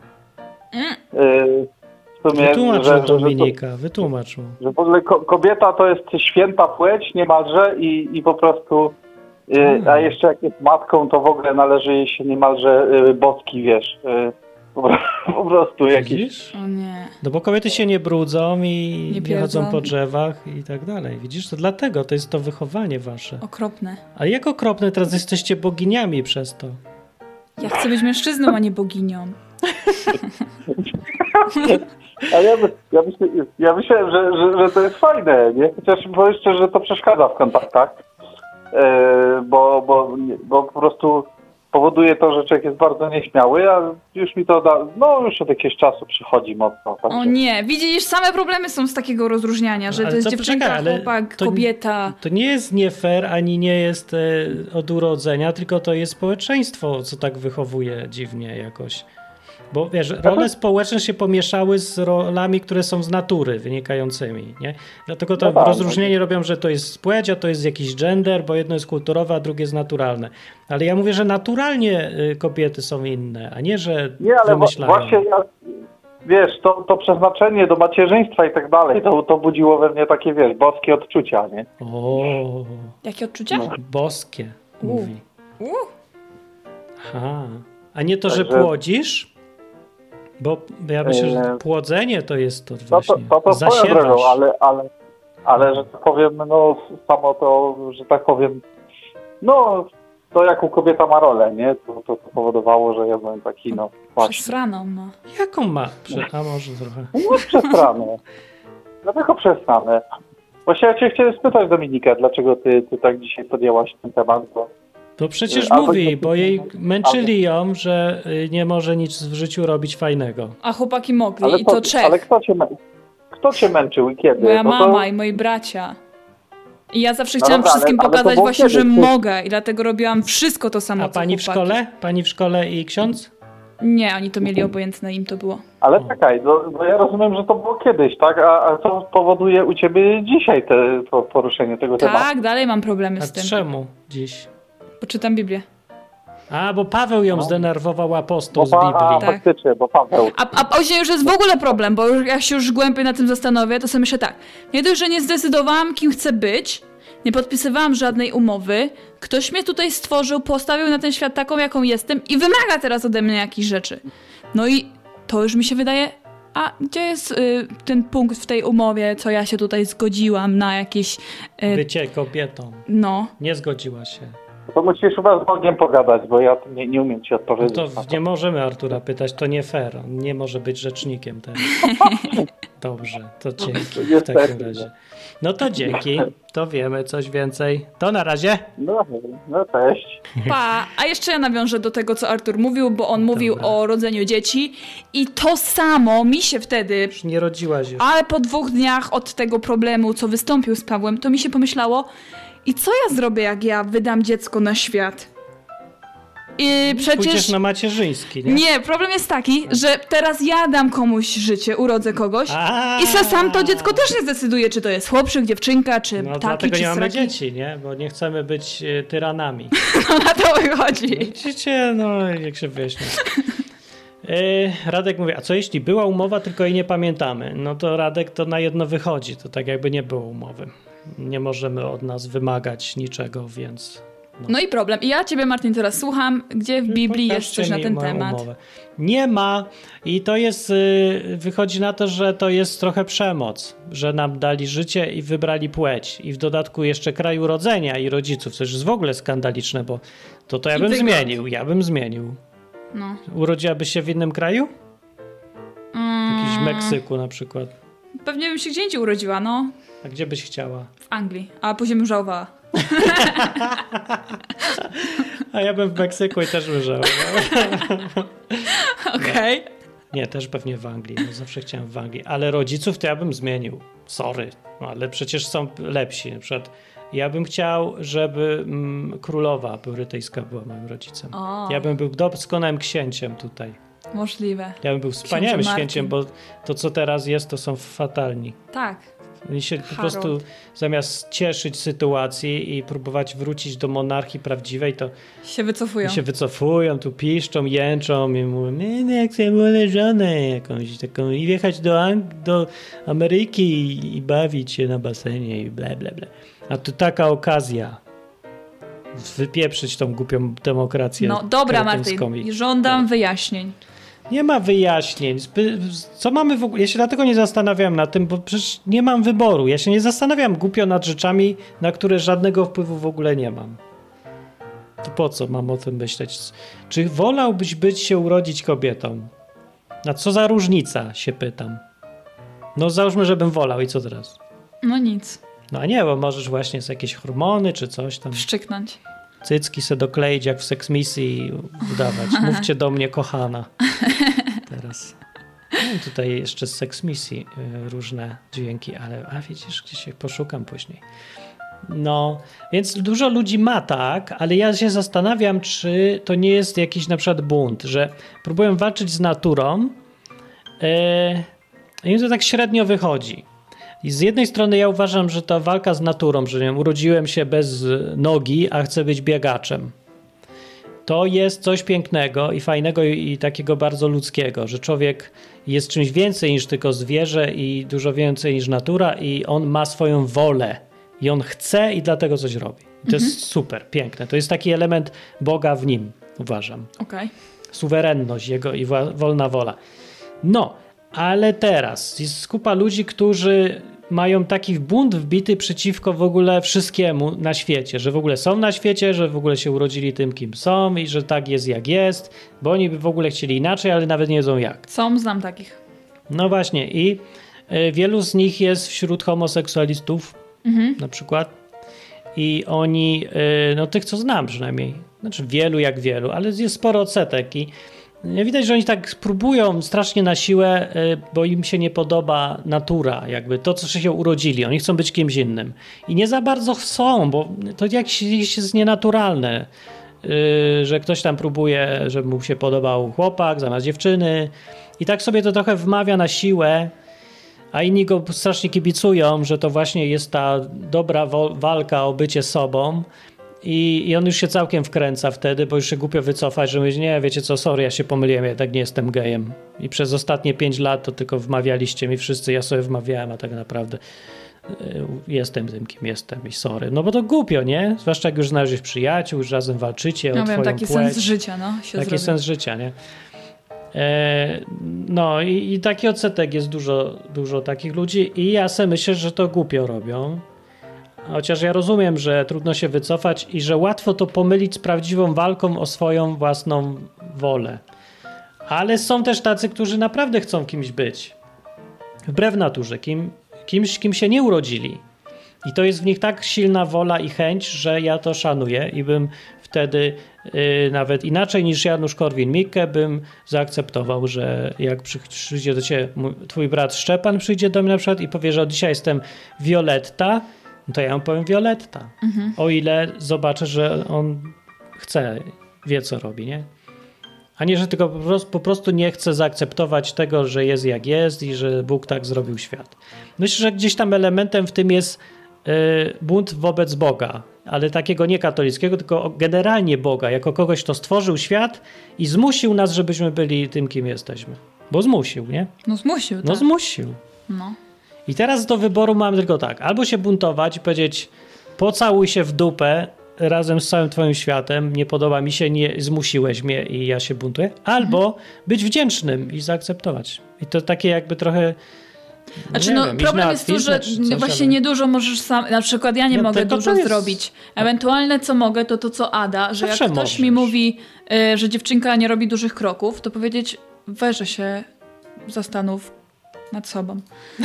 Wytłumacz Dominika, wytłumacz mu. Że w ogóle kobieta to jest święta płeć niemalże i po prostu, a jeszcze jak jest matką, to w ogóle należy jej się niemalże boski, wiesz, po prostu jakiś... O nie. No bo kobiety się nie brudzą i nie chodzą pierdzą. po drzewach i tak dalej. Widzisz, to dlatego, to jest to wychowanie wasze. Okropne. A jak okropne, teraz jesteście boginiami przez to. Ja chcę być mężczyzną, a nie boginią. Ale ja myślałem, że to jest fajne, nie? Chociaż powiem szczerze, że to przeszkadza w kontaktach, bo po prostu powoduje to, że człowiek jest bardzo nieśmiały, a już mi to już od jakiegoś czasu przychodzi mocno. Tak, o nie, widzisz, same problemy są z takiego rozróżniania, że to jest dziewczynka, chłopak, kobieta. To nie jest nie fair, ani nie jest od urodzenia, tylko to jest społeczeństwo, co tak wychowuje dziwnie jakoś. Bo wiesz, role społeczne się pomieszały z rolami, które są z natury wynikającymi, nie? Dlatego to rozróżnienie robią, że to jest płeć, a to jest jakiś gender, bo jedno jest kulturowe, a drugie jest naturalne. Ale ja mówię, że naturalnie kobiety są inne, a nie, że nie, ale wymyślają. Właśnie wiesz, to przeznaczenie do macierzyństwa i tak dalej, to budziło we mnie takie, wiesz, boskie odczucia, nie? O, Jakie odczucia? boskie, mówi. U. Aha. A nie to, że Także- płodzisz? Bo ja myślę, że płodzenie to jest to To właśnie. swoją drogą, ale że tak powiem, no samo to, że tak powiem, no to jaką kobieta ma rolę, nie? To powodowało, że ja byłem taki, no właśnie. Przesraną, no. Jaką ma? A może trochę. No przestranę. Dlatego przestanę. Właśnie ja cię chciałem spytać, Dominika, dlaczego ty tak dzisiaj podjęłaś ten temat, bo To przecież Albo mówi, nie- bo jej męczyli ją, że nie może nic w życiu robić fajnego. A chłopaki mogli i to trzech. ale kto cię męczył i kiedy? Moja No to- mama i moi bracia. I ja zawsze No chciałam dobra, wszystkim ale to pokazać było właśnie, kiedy? że mogę i dlatego robiłam wszystko to samo, A co pani w chłopaki. szkole? Pani w szkole i ksiądz? Nie, oni to mieli obojętne, im to było. Ale czekaj, bo ja rozumiem, że to było kiedyś, tak? A co powoduje u ciebie dzisiaj to poruszenie tego tematu? Tak, dalej mam problemy A z tym. czemu dziś? Bo czytam Biblię. A, bo Paweł ją zdenerwował apostoł z Bo Biblii. Tak. faktycznie, bo Paweł. A później już jest w ogóle problem, bo jak się już głębiej na tym zastanowię, to sobie myślę tak. Nie dość, że nie zdecydowałam, kim chcę być, nie podpisywałam żadnej umowy, ktoś mnie tutaj stworzył, postawił na ten świat taką, jaką jestem i wymaga teraz ode mnie jakichś rzeczy. No i to już mi się wydaje, a gdzie jest ten punkt w tej umowie, co ja się tutaj zgodziłam na jakieś... Bycie kobietą. No. Nie zgodziła się. To musisz chyba z Bogiem pogadać, bo ja nie umiem ci No odpowiedzieć. to na to. nie możemy Artura pytać, to nie fair. On nie może być rzecznikiem teraz. Dobrze, to dzięki w takim razie. No to dzięki, to wiemy coś więcej. To na razie. No cześć. Pa, a jeszcze ja nawiążę do tego, co Artur mówił, bo on mówił o rodzeniu dzieci i to samo mi się wtedy, Już nie rodziłaś jeszcze. ale po 2 dniach od tego problemu, co wystąpił z Pawłem, to mi się pomyślało, i co ja zrobię, jak ja wydam dziecko na świat? I Pójdziesz przecież... na macierzyński, nie? Nie, problem jest taki, że teraz ja dam komuś życie, urodzę kogoś A. i se sam to dziecko też nie zdecyduje, czy to jest chłopczyk, dziewczynka, czy No ptaki, dlatego czy nie mamy sraki. dzieci, nie? Bo nie chcemy być tyranami. No na to wychodzi. Widzicie, no jak się wyjaśnia. Radek mówi, a co jeśli była umowa, tylko jej nie pamiętamy? No to Radek to na jedno wychodzi, to tak jakby nie było umowy. Nie możemy od nas wymagać niczego, więc... No i problem. I ja ciebie, Martin, teraz słucham, gdzie w Biblii jest Pokażcie coś na mi ten moją temat. umowę. Nie ma i to jest, wychodzi na to, że to jest trochę przemoc, że nam dali życie i wybrali płeć i w dodatku jeszcze kraj urodzenia i rodziców, co jest w ogóle skandaliczne, bo to ja I bym wygląd. zmienił. No. Urodziłabyś się w innym kraju? W jakimś Meksyku na przykład. Pewnie bym się gdzie indziej urodziła, no. A gdzie byś chciała? W Anglii. A później bym żałowała. A ja bym w Meksyku i też bym żałował. Okej. Nie, też pewnie w Anglii. No, zawsze chciałem w Anglii. Ale rodziców to ja bym zmienił. Sorry. No, ale przecież są lepsi. Na przykład ja bym chciał, żeby królowa brytyjska była moim rodzicem. O. Ja bym był doskonałym księciem tutaj. Możliwe. Ja bym był wspaniałym Książę księciem, bo to, co teraz jest, to są fatalni. Tak. Oni się po Harold. prostu zamiast cieszyć sytuacji i próbować wrócić do monarchii prawdziwej, to Się wycofują. się wycofują, tu piszczą, jęczą i mówią, nie chcę wolę żonę jakąś taką i wjechać do Ameryki i bawić się na basenie i bla bla bla. A tu taka okazja wypieprzyć tą głupią demokrację. No dobra, kretyńską. Martin. Żądam wyjaśnień. Nie ma wyjaśnień. Co mamy w ogóle? Ja się dlatego nie zastanawiam nad tym, bo przecież nie mam wyboru. Ja się nie zastanawiam głupio nad rzeczami, na które żadnego wpływu w ogóle nie mam. To po co mam o tym myśleć? Czy wolałbyś się urodzić kobietą? A co za różnica, się pytam. No załóżmy, żebym wolał i co teraz? No nic. No a nie, bo możesz właśnie z jakieś hormony czy coś tam. Wszczyknąć. Cycki se dokleić jak w Sex Misji udawać. Mówcie do mnie, kochana. Teraz. No, tutaj jeszcze z Sex Misji różne dźwięki, ale widzisz, gdzieś się poszukam później. No, więc dużo ludzi ma tak, ale ja się zastanawiam, czy to nie jest jakiś na przykład bunt, że próbują walczyć z naturą i im to tak średnio wychodzi. I z jednej strony ja uważam, że ta walka z naturą, że nie wiem, urodziłem się bez nogi, a chcę być biegaczem. to jest coś pięknego i fajnego i takiego bardzo ludzkiego, że człowiek jest czymś więcej niż tylko zwierzę i dużo więcej niż natura i on ma swoją wolę i on chce i dlatego coś robi. I to jest super, piękne. To jest taki element Boga w nim, uważam. Okej. Suwerenność jego i wolna wola. No, ale teraz jest kupa ludzi, którzy mają taki bunt wbity przeciwko w ogóle wszystkiemu na świecie, że w ogóle są na świecie, że w ogóle się urodzili tym, kim są i że tak jest, jak jest, bo oni by w ogóle chcieli inaczej, ale nawet nie wiedzą jak. Znam takich. No właśnie i wielu z nich jest wśród homoseksualistów na przykład i oni, no tych co znam przynajmniej, znaczy wielu, ale jest sporo odsetek i widać, że oni tak próbują strasznie na siłę, bo im się nie podoba natura, jakby to, co się urodzili. Oni chcą być kimś innym. I nie za bardzo chcą, bo to jakieś jest nienaturalne, że ktoś tam próbuje, żeby mu się podobał chłopak zamiast dziewczyny. I tak sobie to trochę wmawia na siłę, a inni go strasznie kibicują, że to właśnie jest ta dobra walka o bycie sobą. I on już się całkiem wkręca wtedy, bo już się głupio wycofać, że mówi, nie, wiecie co, sorry, ja się pomyliłem, ja tak nie jestem gejem. I przez ostatnie 5 lat to tylko wmawialiście mi wszyscy, ja sobie wmawiałem, a tak naprawdę jestem tym, kim jestem i sorry. No bo to głupio, nie? Zwłaszcza jak już znaleźć przyjaciół, już razem walczycie o twoją taki płeć. Sens życia, no. Taki sens życia, nie? No i taki odsetek jest dużo takich ludzi i ja sobie myślę, że to głupio robią. Chociaż ja rozumiem, że trudno się wycofać i że łatwo to pomylić z prawdziwą walką o swoją własną wolę. Ale są też tacy, którzy naprawdę chcą kimś być. Wbrew naturze, kim się nie urodzili. I to jest w nich tak silna wola i chęć, że ja to szanuję i bym wtedy nawet inaczej niż Janusz Korwin-Mikke bym zaakceptował, że jak przyjdzie do ciebie twój brat Szczepan przyjdzie do mnie na przykład i powie, że od dzisiaj jestem Violetta, no to ja mu powiem Violetta. O ile zobaczę, że on chce, wie co robi, nie? A nie, że tylko po prostu nie chce zaakceptować tego, że jest jak jest i że Bóg tak zrobił świat. Myślę, że gdzieś tam elementem w tym jest bunt wobec Boga, ale takiego nie katolickiego, tylko generalnie Boga, jako kogoś, kto stworzył świat i zmusił nas, żebyśmy byli tym, kim jesteśmy. Bo zmusił, nie? No zmusił, tak. No zmusił. No. I teraz do wyboru mamy tylko tak, albo się buntować i powiedzieć pocałuj się w dupę razem z całym twoim światem, nie podoba mi się, nie zmusiłeś mnie i ja się buntuję, albo być wdzięcznym i zaakceptować. I to takie jakby trochę problem jest tu, że właśnie niedużo możesz sam, na przykład ja nie mogę dużo zrobić. Ewentualne co mogę, to co Ada, że jak ktoś mi mówi, że dziewczynka nie robi dużych kroków, to powiedzieć weź się zastanów nad sobą.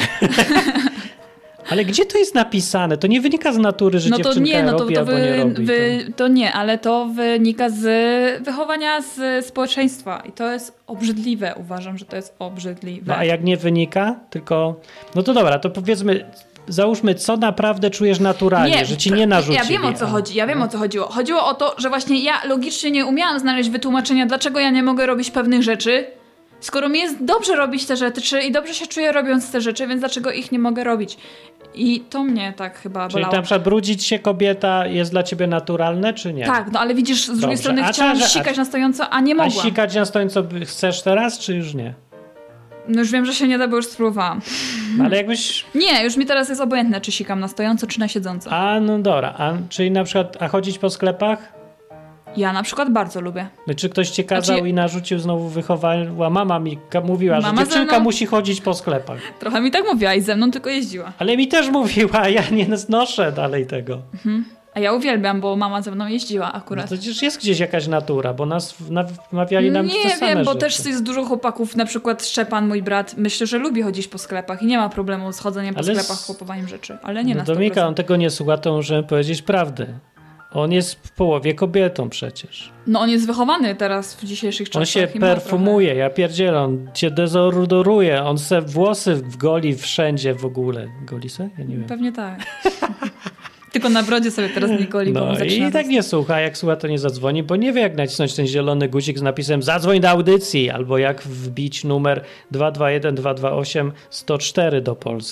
Ale gdzie to jest napisane? To nie wynika z natury, że dziewczynka robi albo nie robi. To nie, ale to wynika z wychowania z społeczeństwa i to jest obrzydliwe. Uważam, że to jest obrzydliwe. No a jak nie wynika, tylko... No to dobra, to powiedzmy, załóżmy, co naprawdę czujesz naturalnie, że ci nie narzucili. Ja wiem o co chodzi, o co chodziło. Chodziło o to, że właśnie ja logicznie nie umiałam znaleźć wytłumaczenia, dlaczego ja nie mogę robić pewnych rzeczy, skoro mi jest dobrze robić te rzeczy i dobrze się czuję robiąc te rzeczy, więc dlaczego ich nie mogę robić? I to mnie tak chyba bolało. Czyli na przykład brudzić się kobieta jest dla ciebie naturalne, czy nie? Tak, no ale widzisz, z drugiej strony chciałam sikać na stojąco, a nie mogłam. A sikać na stojąco chcesz teraz, czy już nie? No już wiem, że się nie da, bo już spróbowałam. Ale jakbyś... Nie, już mi teraz jest obojętne, czy sikam na stojąco, czy na siedząco. A, no dobra. Czyli na przykład, chodzić po sklepach? Ja na przykład bardzo lubię. No, czy ktoś cię kazał i narzucił, znowu wychowała? Mama mi mówiła, że dziewczynka musi chodzić po sklepach. Trochę mi tak mówiła i ze mną tylko jeździła. Ale mi też mówiła, a ja nie znoszę dalej tego. A ja uwielbiam, bo mama ze mną jeździła akurat. No to przecież jest gdzieś jakaś natura, bo nas wmawiali nam te same rzeczy. Nie wiem, bo też jest dużo chłopaków, na przykład Szczepan, mój brat, myślę, że lubi chodzić po sklepach i nie ma problemu z chodzeniem po sklepach, kupowaniem rzeczy, ale nie na 100%. Dominika, on tego nie słucha, to możemy powiedzieć prawdę. On jest w połowie kobietą przecież. No on jest wychowany teraz w dzisiejszych czasach. On się perfumuje, ja pierdzielę, on się dezodoruje, on se włosy goli wszędzie w ogóle. Goli se? Ja nie wiem. Pewnie tak. Tylko na brodzie sobie teraz nie goli, bo i tak nie słucha, jak słucha to nie zadzwoni, bo nie wie jak nacisnąć ten zielony guzik z napisem zadzwoń do audycji, albo jak wbić numer 221 228 104 do Polski.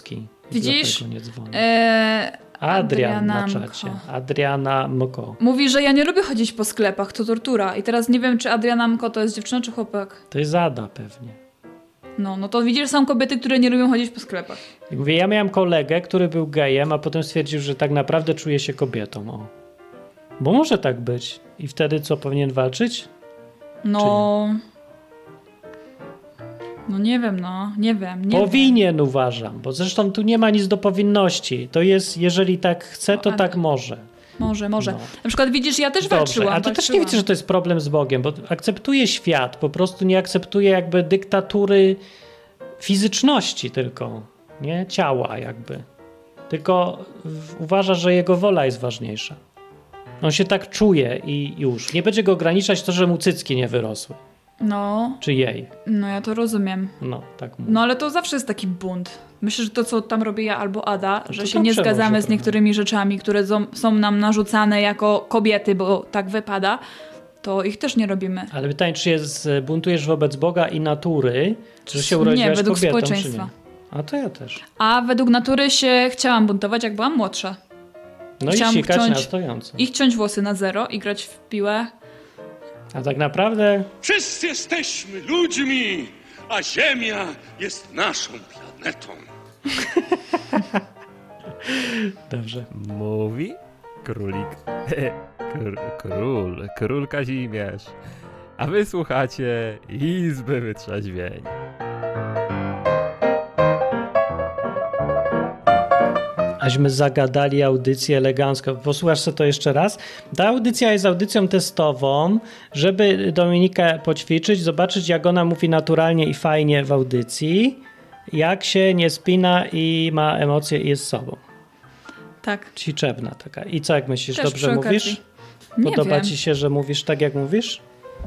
Widzisz? Nie Adrian na czacie. Adriana Mko. Mówi, że ja nie lubię chodzić po sklepach, to tortura. I teraz nie wiem, czy Adriana Mko to jest dziewczyna, czy chłopak. To jest Ada pewnie. No to widzisz, są kobiety, które nie lubią chodzić po sklepach. Mówię, ja miałem kolegę, który był gejem, a potem stwierdził, że tak naprawdę czuje się kobietą. O. Bo może tak być. I wtedy co, powinien walczyć? No nie wiem, nie wiem. Powinien, uważam, bo zresztą tu nie ma nic do powinności. To jest, jeżeli tak chce, to tak może. Może. No. Na przykład widzisz, ja też walczyłam. A to też nie widzę, że to jest problem z Bogiem, bo akceptuje świat, po prostu nie akceptuje jakby dyktatury fizyczności tylko, nie? Ciała jakby. Tylko uważa, że jego wola jest ważniejsza. On się tak czuje i już. Nie będzie go ograniczać to, że mu cycki nie wyrosły. No. Czy jej. No ja to rozumiem. No, tak mówię. No ale to zawsze jest taki bunt. Myślę, że to, co tam robię ja albo Ada, że się nie zgadzamy z niektórymi rzeczami, które są nam narzucane jako kobiety, bo tak wypada, to ich też nie robimy. Ale pytanie, czy buntujesz wobec Boga i natury, czy się urodziłaś nie, według kobietą, społeczeństwa. Czy nie? A to ja też. A według natury się chciałam buntować, jak byłam młodsza. No i sikać na stojąco. I chciąć włosy na zero i grać w piłę. A tak naprawdę... Wszyscy jesteśmy ludźmi, a Ziemia jest naszą planetą. Dobrze. Mówi królik. Król Kazimierz. A wy słuchacie Izby Wytrzeźwień. Aśmy zagadali audycję elegancko. Posłuchasz sobie to jeszcze raz. Ta audycja jest audycją testową, żeby Dominikę poćwiczyć, zobaczyć, jak ona mówi naturalnie i fajnie w audycji, jak się nie spina i ma emocje i jest sobą. Tak. Ćwiczebna taka. I co, jak myślisz, też dobrze mówisz? Podoba ci się, że mówisz tak, jak mówisz?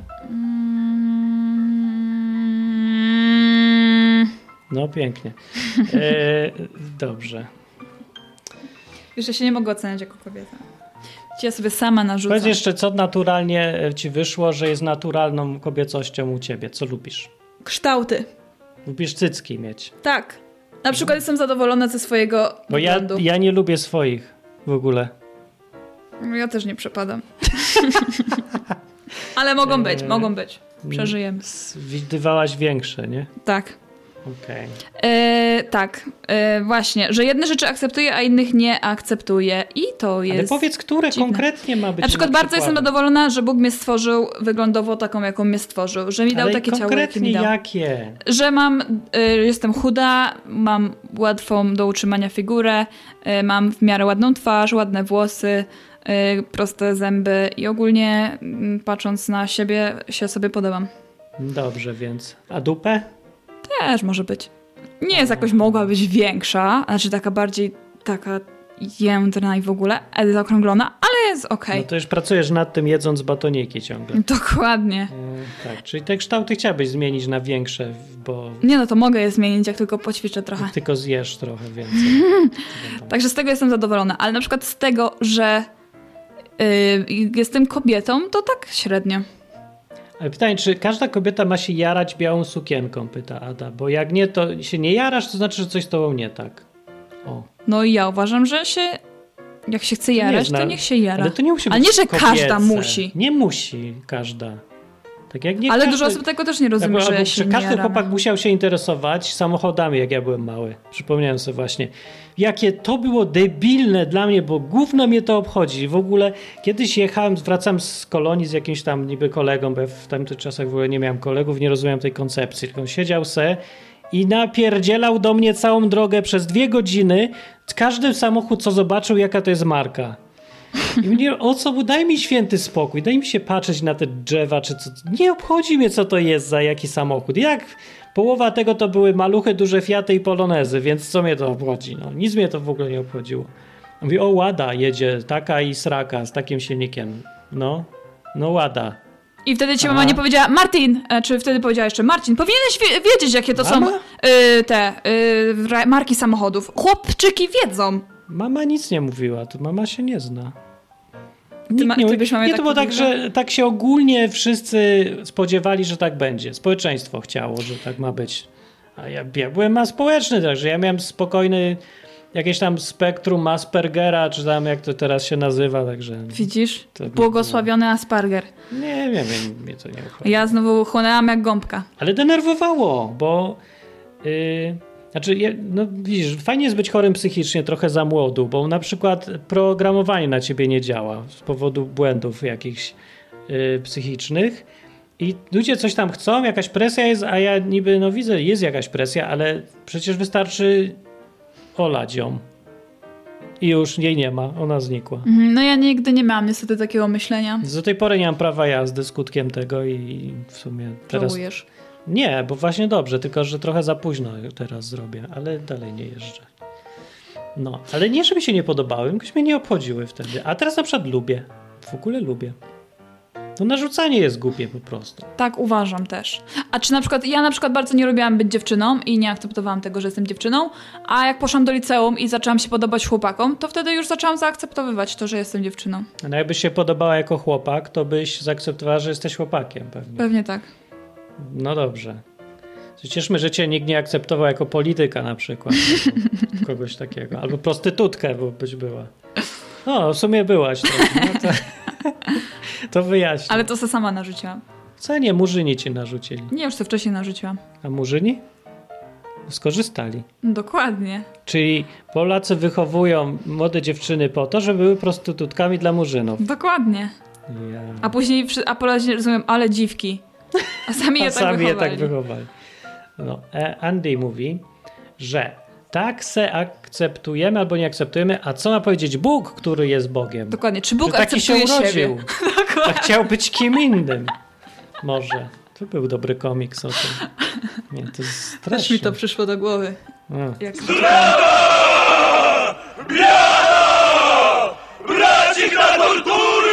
No pięknie. Dobrze. Wiesz, ja się nie mogę oceniać jako kobieta. Ja sobie sama narzucam. Powiedz jeszcze, co naturalnie ci wyszło, że jest naturalną kobiecością u ciebie. Co lubisz? Kształty. Lubisz cycki mieć. Tak. Na przykład jestem zadowolona ze swojego wyglądu. Bo ja nie lubię swoich w ogóle. Ja też nie przepadam. Ale mogą być. Przeżyjemy. Widywałaś większe, nie? Tak. Okej. Tak, właśnie, że jedne rzeczy akceptuję, a innych nie akceptuję i to jest... Ale powiedz, które dziwne. konkretnie ma być. Na przykład bardzo jestem zadowolona, że Bóg mnie stworzył wyglądowo taką, jaką mnie stworzył, że mi dał takie ciało, jakie mi dał. Jakie? Że jestem chuda, mam łatwą do utrzymania figurę, mam w miarę ładną twarz, ładne włosy, proste zęby i ogólnie patrząc na siebie się sobie podobam. Dobrze, więc. A dupę? Też może być. Nie jest jakoś, mogła być większa, znaczy taka bardziej taka jędrna i w ogóle, zaokrąglona, ale jest okej. No to już pracujesz nad tym, jedząc batoniki ciągle. Dokładnie. Tak, czyli te kształty chciałabyś zmienić na większe, bo... Nie, no to mogę je zmienić, jak tylko poćwiczę trochę. Jak tylko zjesz trochę więcej. Także z tego jestem zadowolona, ale na przykład z tego, że jestem kobietą, to tak średnio. Ale pytanie, czy każda kobieta ma się jarać białą sukienką, pyta Ada, bo jak nie, to się nie jarasz, to znaczy, że coś z tobą nie tak. O. No i ja uważam, że jak się chce jarać, to niech się jara. Ale to nie musi być nie, że kobiece. każda musi. Nie musi każda. Tak jak nie ale każdy, dużo osób tego też nie rozumie, że się nie każdy jara. chłopak musiał się interesować samochodami, jak ja byłem mały. Przypomniałem sobie właśnie. Jakie to było debilne dla mnie, bo gówno mnie to obchodzi. W ogóle kiedyś wracam z kolonii z jakimś tam niby kolegą, bo ja w tamtych czasach w ogóle nie miałem kolegów, nie rozumiałem tej koncepcji. Tylko on siedział i napierdzielał do mnie całą drogę przez 2 godziny. Każdy samochód, co zobaczył, jaka to jest marka. I mnie, daj mi święty spokój, daj mi się patrzeć na te drzewa, czy co. Nie obchodzi mnie, co to jest za jaki samochód. Jak połowa tego to były maluchy, duże Fiaty i Polonezy, więc co mnie to obchodzi? No, nic mnie to w ogóle nie obchodziło. Mówi, Łada jedzie, taka i sraka, z takim silnikiem. No Łada. I wtedy ci mama nie powiedziała, Martin, czy wtedy powiedziała jeszcze, Marcin, powinieneś wiedzieć, jakie to są marki samochodów. Chłopczyki wiedzą. Mama nic nie mówiła, to mama się nie zna. Nie, to było tak, że tak się ogólnie wszyscy spodziewali, że tak będzie. Społeczeństwo chciało, że tak ma być. A ja byłem aspołeczny, także ja miałem spokojny jakieś tam spektrum Aspergera, czy tam jak to teraz się nazywa, także... Widzisz? Błogosławiony Asperger. Nie wiem, mnie to nie obchodzi. Ja znowu chłonęłam jak gąbka. Ale denerwowało, bo... no widzisz, fajnie jest być chorym psychicznie trochę za młodu, bo na przykład programowanie na ciebie nie działa z powodu błędów jakichś psychicznych i ludzie coś tam chcą, jakaś presja jest, a ja niby no widzę, jest jakaś presja, ale przecież wystarczy olać ją i już jej nie ma, ona znikła. No ja nigdy nie miałam niestety takiego myślenia. Do tej pory nie mam prawa jazdy skutkiem tego i w sumie teraz... Żałujesz? Nie, bo właśnie dobrze, tylko że trochę za późno teraz zrobię, ale dalej nie jeżdżę. No, ale nie, żeby się nie podobały, jakoś mnie nie obchodziły wtedy. A teraz na przykład lubię. W ogóle lubię. No narzucanie jest głupie po prostu. Tak uważam też. A czy ja na przykład bardzo nie lubiłam być dziewczyną i nie akceptowałam tego, że jestem dziewczyną, a jak poszłam do liceum i zaczęłam się podobać chłopakom, to wtedy już zaczęłam zaakceptowywać to, że jestem dziewczyną. No jakbyś się podobała jako chłopak, to byś zaakceptowała, że jesteś chłopakiem pewnie. Pewnie tak. No dobrze. Cieszmy, że cię nikt nie akceptował jako polityka na przykład. Kogoś takiego. Albo prostytutkę, bo być była. No, w sumie byłaś. No to wyjaśnię. Ale to se sama narzuciłam. Co nie, murzyni ci narzucili. Nie, już to wcześniej narzuciłam. A murzyni? Skorzystali. Dokładnie. Czyli Polacy wychowują młode dziewczyny po to, żeby były prostytutkami dla murzynów. Dokładnie. Yeah. A później Polacy rozumieją, ale dziwki. A sami je tak wychowali. No, Andy mówi, że tak se akceptujemy albo nie akceptujemy, a co ma powiedzieć Bóg, który jest Bogiem? Dokładnie, czy Bóg że taki akceptuje się urodził, siebie? a chciał być kim innym. Może. To był dobry komiks o tym. Nie, to jest straszne. Też mi to przyszło do głowy. Biada! Braci na tortury!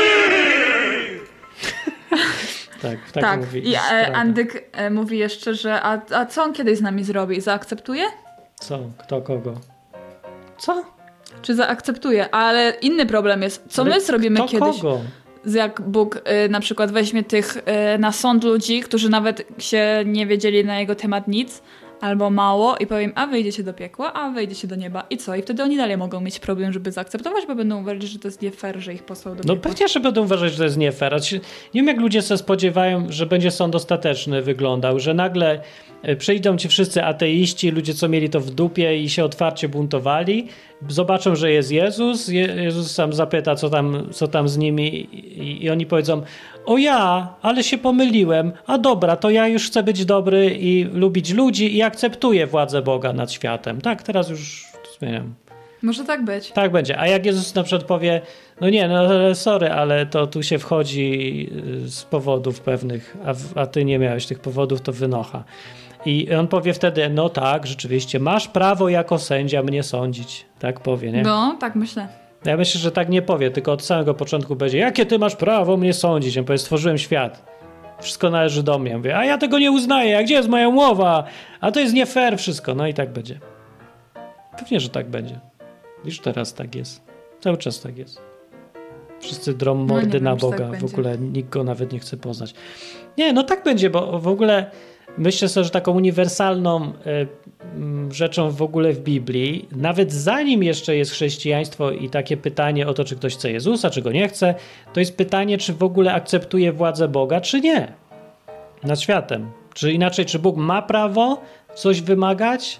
Tak mówi. I Andyk mówi jeszcze, że a co on kiedyś z nami zrobi? Zaakceptuje? Co? Kto kogo? Co? Czy zaakceptuje? Ale inny problem jest, co my zrobimy kiedyś? Kogo? Jak Bóg na przykład weźmie tych na sąd ludzi, którzy nawet się nie wiedzieli na jego temat nic, albo mało i powiem, a wyjdziecie do piekła, a wyjdziecie do nieba. I co? I wtedy oni dalej mogą mieć problem, żeby zaakceptować, bo będą uważać, że to jest nie fair, że ich posłał do piekła. No pewnie, że będą uważać, że to jest nie fair. Nie wiem, jak ludzie sobie spodziewają, że będzie sąd ostateczny wyglądał, że nagle przyjdą ci wszyscy ateiści, ludzie, co mieli to w dupie i się otwarcie buntowali, zobaczą, że jest Jezus, Jezus sam zapyta, co tam z nimi i oni powiedzą, o ja, ale się pomyliłem, a dobra, to ja już chcę być dobry i lubić ludzi i akceptuję władzę Boga nad światem. Tak, teraz już zmieniam. Może tak być. Tak będzie. A jak Jezus na przykład powie, no nie, no sorry, ale to tu się wchodzi z powodów pewnych, a ty nie miałeś tych powodów, to wynocha. I on powie wtedy, no tak, rzeczywiście, masz prawo jako sędzia mnie sądzić. Tak powie, nie? No, tak myślę. Ja myślę, że tak nie powie, tylko od samego początku będzie, jakie ty masz prawo mnie sądzić? On powie, stworzyłem świat. Wszystko należy do mnie. Ja mówię, a ja tego nie uznaję, a gdzie jest moja umowa? A to jest nie fair wszystko. No i tak będzie. Pewnie, że tak będzie. Już teraz tak jest. Cały czas tak jest. Wszyscy drą mordy na Boga. Tak w ogóle nikt go nawet nie chce poznać. Nie, no tak będzie, bo w ogóle myślę sobie, że taką uniwersalną rzeczą w ogóle w Biblii, nawet zanim jeszcze jest chrześcijaństwo i takie pytanie o to, czy ktoś chce Jezusa, czy go nie chce, to jest pytanie, czy w ogóle akceptuje władzę Boga, czy nie. Nad światem. Czy inaczej, czy Bóg ma prawo coś wymagać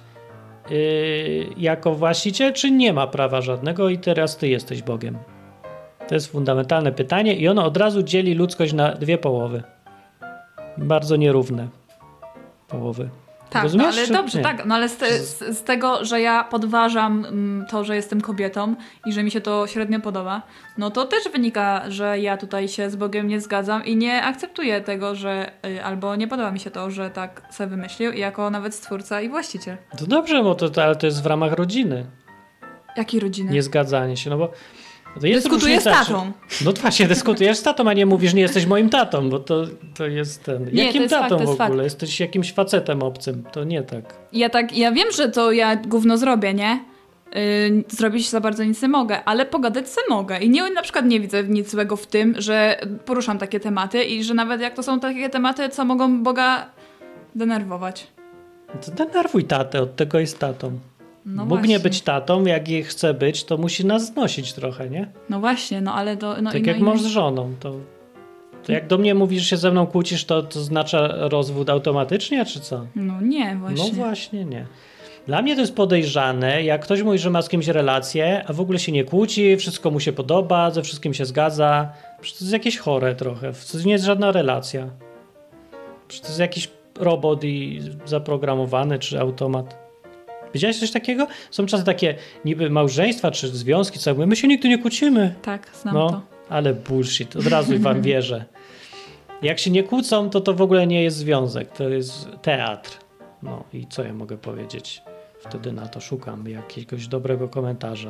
jako właściciel, czy nie ma prawa żadnego i teraz ty jesteś Bogiem. To jest fundamentalne pytanie i ono od razu dzieli ludzkość na dwie połowy. Bardzo nierówne połowy. Tak, no, ale dobrze, tak, no ale z tego, że ja podważam to, że jestem kobietą i że mi się to średnio podoba, no to też wynika, że ja tutaj się z Bogiem nie zgadzam i nie akceptuję tego, że albo nie podoba mi się to, że tak sobie wymyślił jako nawet stwórca i właściciel. To dobrze, bo ale to jest w ramach rodziny. Jakiej rodziny? Niezgadzanie się, no bo dyskutuję z tatą. No właśnie, dyskutujesz z tatą, a nie mówisz, nie jesteś moim tatą, bo to jest ten... Nie, jakim to jest tatą fakt, to jest w ogóle? fakt. Jesteś jakimś facetem obcym, to nie tak. Ja wiem, że to ja gówno zrobię, nie? Zrobić za bardzo nic nie mogę, ale pogadać se mogę. I na przykład nie widzę nic złego w tym, że poruszam takie tematy i że nawet jak to są takie tematy, co mogą Boga denerwować. To denerwuj tatę, od tego jest tatą. No Mógł właśnie. nie być tatą, jak je chce być, to musi nas znosić trochę, nie? No właśnie, no ale to... No Tak i jak no, mąż z żoną, to jak do mnie mówisz, że się ze mną kłócisz, to oznacza rozwód automatycznie, czy co? No nie, właśnie. No właśnie nie. Dla mnie to jest podejrzane, jak ktoś mówi, że ma z kimś relację, a w ogóle się nie kłóci, wszystko mu się podoba, ze wszystkim się zgadza. Przecież to jest jakieś chore trochę, to nie jest żadna relacja. Przecież to jest jakiś robot i zaprogramowany, czy automat. Widziałeś coś takiego? Są czasem takie niby małżeństwa, czy związki, co my się nigdy nie kłócimy. Tak, znam to. Ale bullshit, od razu wam wierzę. Jak się nie kłócą, to w ogóle nie jest związek, to jest teatr. No i co ja mogę powiedzieć? Wtedy na to szukam jakiegoś dobrego komentarza.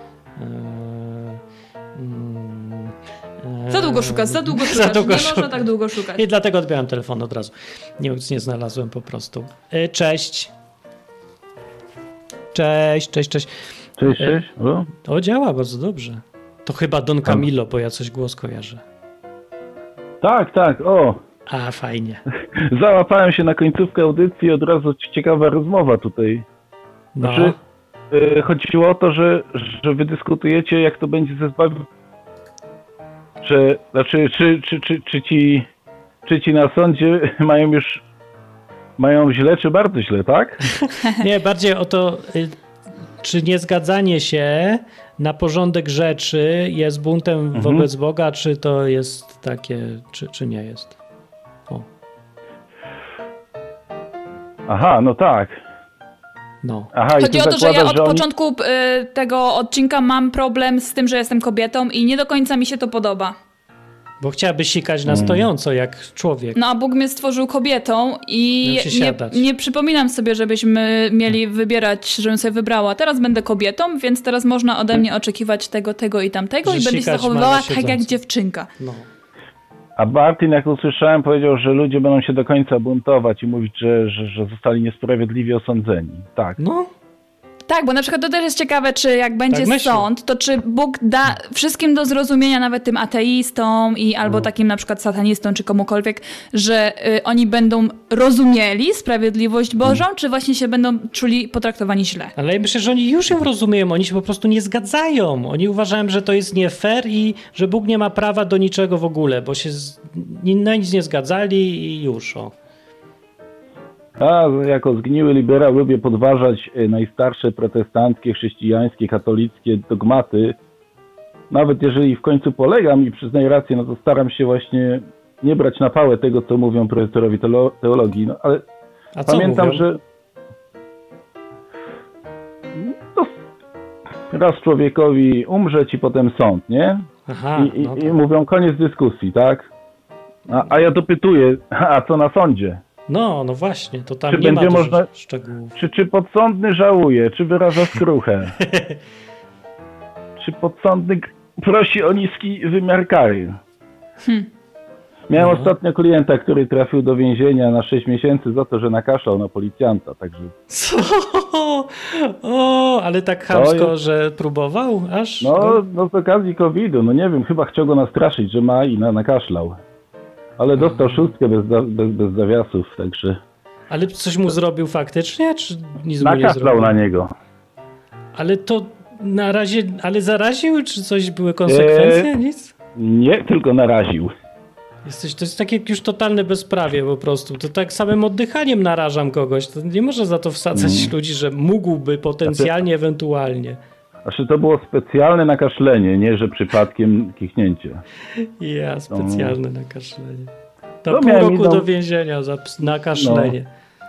Za długo szukasz. Nie można tak długo szukać. I dlatego odbieram telefon od razu. Nic nie znalazłem po prostu. Cześć. Cześć. Cześć. O, działa bardzo dobrze. To chyba Don Camillo, bo ja coś głos kojarzę. Tak, o. A, fajnie. Załapałem się na końcówkę audycji, od razu ciekawa rozmowa tutaj. No. Znaczy, chodziło o to, że wy dyskutujecie, jak to będzie ze zbawieniem. Czy ci na sądzie mają źle, czy bardzo źle, tak? Nie, bardziej o to, czy niezgadzanie się na porządek rzeczy jest buntem wobec Boga, czy to jest takie, czy nie jest. O. Aha, no tak. No. Aha, chodzi o to, że ja od początku tego odcinka mam problem z tym, że jestem kobietą i nie do końca mi się to podoba. Bo chciałabyś sikać na stojąco, jak człowiek. No a Bóg mnie stworzył kobietą i nie przypominam sobie, żebyśmy mieli wybierać, żebym sobie wybrała. Teraz będę kobietą, więc teraz można ode mnie oczekiwać tego i tamtego że i będę się zachowywała tak jak dziewczynka. No. A Martin, jak usłyszałem, powiedział, że ludzie będą się do końca buntować i mówić, że zostali niesprawiedliwie osądzeni. Tak. No. Tak, bo na przykład to też jest ciekawe, czy jak będzie sąd, to czy Bóg da wszystkim do zrozumienia, nawet tym ateistom i albo takim na przykład satanistom, czy komukolwiek, że oni będą rozumieli sprawiedliwość Bożą, czy właśnie się będą czuli potraktowani źle. Ale ja myślę, że oni już ją rozumieją, oni się po prostu nie zgadzają. Oni uważają, że to jest nie fair i że Bóg nie ma prawa do niczego w ogóle, bo się na nic nie zgadzali i już, o. A jako zgniły liberał lubię podważać najstarsze protestanckie, chrześcijańskie, katolickie dogmaty. Nawet jeżeli w końcu polegam i przyznaję rację, no to staram się właśnie nie brać na pałę tego, co mówią profesorowi teologii. No, ale pamiętam, że to raz człowiekowi umrzeć i potem sąd, nie? Aha, I mówią koniec dyskusji, tak? A ja dopytuję, a co na sądzie? No właśnie, to tam czy nie ma można, szczegółów. Czy podsądny żałuje, czy wyraża skruchę? Czy podsądny prosi o niski wymiar kary? Miałem ostatnio klienta, który trafił do więzienia na 6 miesięcy za to, że nakaszlał na policjanta, także... Co? O, ale tak chamsko, że próbował aż? No z okazji COVID-u, no nie wiem, chyba chciał go nastraszyć, że ma i nakaszlał. Ale dostał szóstkę bez zawiasów, także... Ale coś mu zrobił faktycznie, czy nic mu nie zrobił? Nakaszlał na niego. Ale to na razie... Ale zaraził, czy coś były konsekwencje? Nic? Nie, tylko naraził. To jest takie już totalne bezprawie po prostu. To tak samym oddychaniem narażam kogoś. To nie można za to wsadzać ludzi, że mógłby potencjalnie, ewentualnie. Znaczy to było specjalne nakaszlenie, nie, że przypadkiem kichnięcie. Ja, specjalne nakaszlenie. To pół roku do więzienia za nakaszlenie.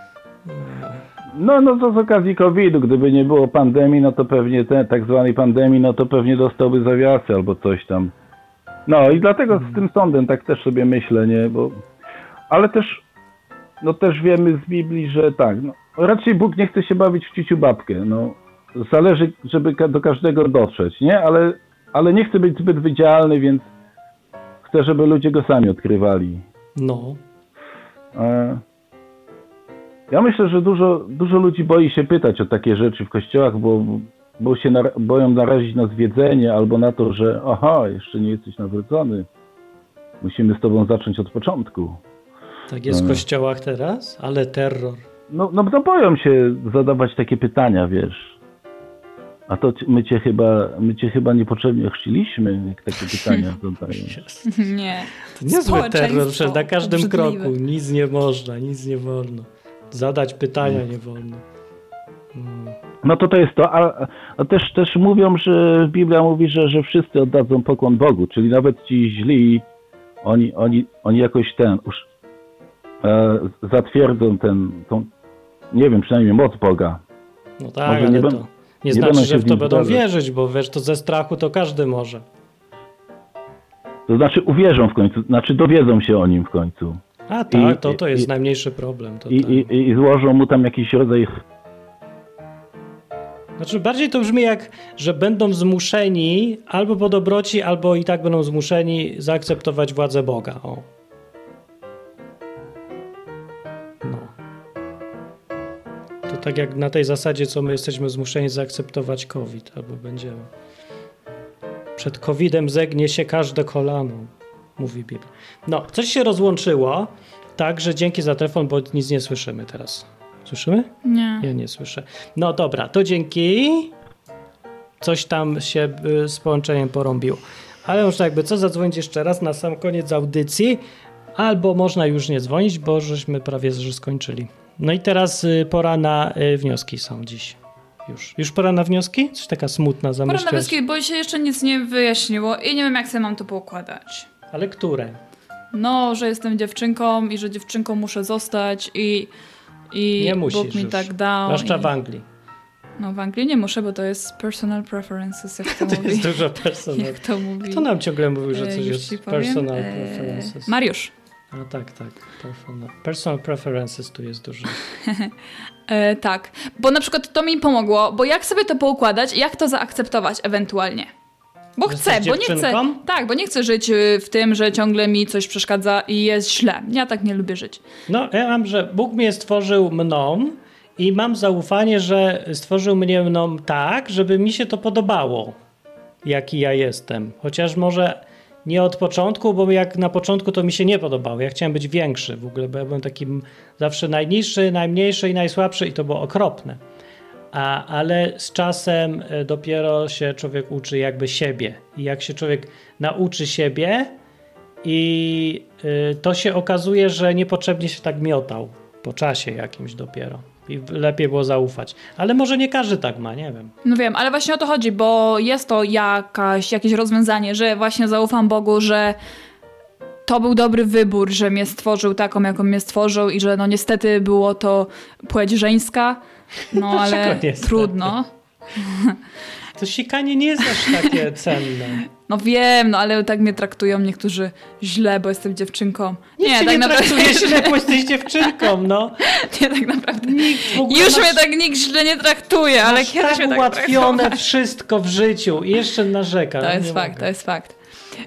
No to z okazji COVID-u, gdyby nie było pandemii, no to pewnie tak zwanej pandemii, no to pewnie dostałby zawiasy albo coś tam. No i dlatego z tym sądem tak też sobie myślę, nie, bo... Ale też, no też wiemy z Biblii, że tak, no raczej Bóg nie chce się bawić w ciciu babkę, no. Zależy, żeby do każdego dotrzeć, nie? Ale nie chce być zbyt widzialny, więc chce, żeby ludzie go sami odkrywali. No. Ja myślę, że dużo ludzi boi się pytać o takie rzeczy w kościołach, bo się boją narazić na zwiedzenie albo na to, że jeszcze nie jesteś nawrócony. Musimy z tobą zacząć od początku. Tak jest w kościołach teraz? Ale terror. No boją się zadawać takie pytania, wiesz. A to my cię chyba niepotrzebnie chrzciliśmy, jak takie pytania zadają. Nie. To niezły terror, przecież na każdym kroku. Nic nie można, nic nie wolno. Zadać pytania nie wolno. No to jest to, a też mówią, że Biblia mówi, że wszyscy oddadzą pokłon Bogu, czyli nawet ci źli, oni jakoś zatwierdzą tą, nie wiem, przynajmniej moc Boga. No tak, ale to nie znaczy, że w to będą wierzyć, bo wiesz, to ze strachu to każdy może. To znaczy uwierzą w końcu, znaczy dowiedzą się o nim w końcu. A tak, to jest najmniejszy problem. I złożą mu tam jakiś rodzaj... Znaczy bardziej to brzmi jak, że będą zmuszeni albo po dobroci, albo i tak będą zmuszeni zaakceptować władzę Boga. O. No. To tak jak na tej zasadzie, co my jesteśmy zmuszeni zaakceptować COVID, albo będziemy. Przed COVID-em zegnie się każde kolano, mówi Biblia. No, coś się rozłączyło, tak, że dzięki za telefon, bo nic nie słyszymy teraz. Słyszymy? Nie. Ja nie słyszę. No dobra, to dzięki. Coś tam się z połączeniem porąbiło. Ale można jakby co, zadzwonić jeszcze raz na sam koniec audycji, albo można już nie dzwonić, bo żeśmy prawie że skończyli. No i teraz pora na wnioski są dziś. Już pora na wnioski? Coś taka smutna zamyślasz. Pora na wnioski, bo się jeszcze nic nie wyjaśniło i nie wiem, jak sobie mam to poukładać. Ale które? No, że jestem dziewczynką i że dziewczynką muszę zostać i nie musisz Bóg mi już. tak dał. Zwłaszcza w Anglii. No w Anglii nie muszę, bo to jest personal preferences, jak to mówi. To jest dużo personal. Jak to mówi. Kto nam ciągle mówił, że coś jest personal preferences? Mariusz. A tak. Personal preferences tu jest dużo. Tak, bo na przykład to mi pomogło, bo jak sobie to poukładać, jak to zaakceptować ewentualnie? Bo chcę, bo nie chcę. Tak, bo nie chcę żyć w tym, że ciągle mi coś przeszkadza i jest źle. Ja tak nie lubię żyć. No, ja mam, że Bóg mnie stworzył mną i mam zaufanie, że stworzył mnie mną tak, żeby mi się to podobało, jaki ja jestem. Chociaż może nie od początku, bo jak na początku to mi się nie podobało. Ja chciałem być większy w ogóle, bo ja byłem takim zawsze najniższy, najmniejszy i najsłabszy i to było okropne. Ale z czasem dopiero się człowiek uczy jakby siebie. I jak się człowiek nauczy siebie i to się okazuje, że niepotrzebnie się tak miotał po czasie jakimś dopiero. I lepiej było zaufać. Ale może nie każdy tak ma, nie wiem. No wiem, ale właśnie o to chodzi, bo jest to jakieś rozwiązanie, że właśnie zaufam Bogu, że to był dobry wybór, że mnie stworzył taką, jaką mnie stworzył i że no niestety było to płeć żeńska, no ale trudno. To sikanie nie jest aż takie cenne. No wiem, no ale tak mnie traktują niektórzy źle, bo jestem dziewczynką. Nie, tak naprawdę traktuje źle, bo jesteś dziewczynką, no. Nie, tak naprawdę. Już mnie tak nikt źle nie traktuje, ale kiedyś mnie tak ułatwione wszystko w życiu i jeszcze narzeka. To jest fakt.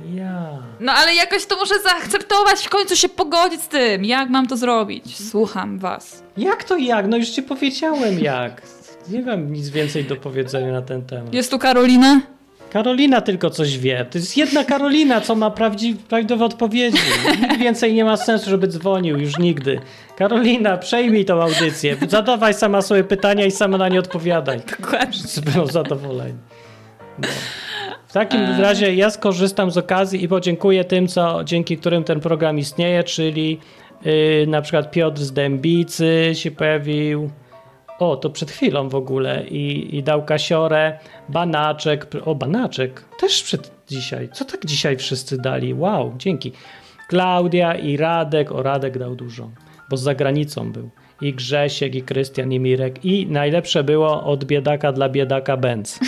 No ale jakoś to muszę zaakceptować, w końcu się pogodzić z tym. Jak mam to zrobić? Słucham was. Jak to jak? No już ci powiedziałem jak. Nie mam nic więcej do powiedzenia na ten temat. Jest tu Karolina? Karolina tylko coś wie. To jest jedna Karolina, co ma prawidłowe odpowiedzi. Nikt więcej nie ma sensu, żeby dzwonił już nigdy. Karolina, przejmij tą audycję. Zadawaj sama sobie pytania i sama na nie odpowiadaj. Dokładnie. Wszyscy będą zadowoleni. No. W takim razie ja skorzystam z okazji i podziękuję tym, dzięki którym ten program istnieje, czyli na przykład Piotr z Dębicy się pojawił. O, to przed chwilą w ogóle. I dał kasiorę, Banaczek. O, Banaczek też przed dzisiaj. Co tak dzisiaj wszyscy dali? Wow, dzięki. Klaudia i Radek. O, Radek dał dużo, bo z zagranicą był. I Grzesiek, i Krystian, i Mirek. I najlepsze było od biedaka dla biedaka Benz.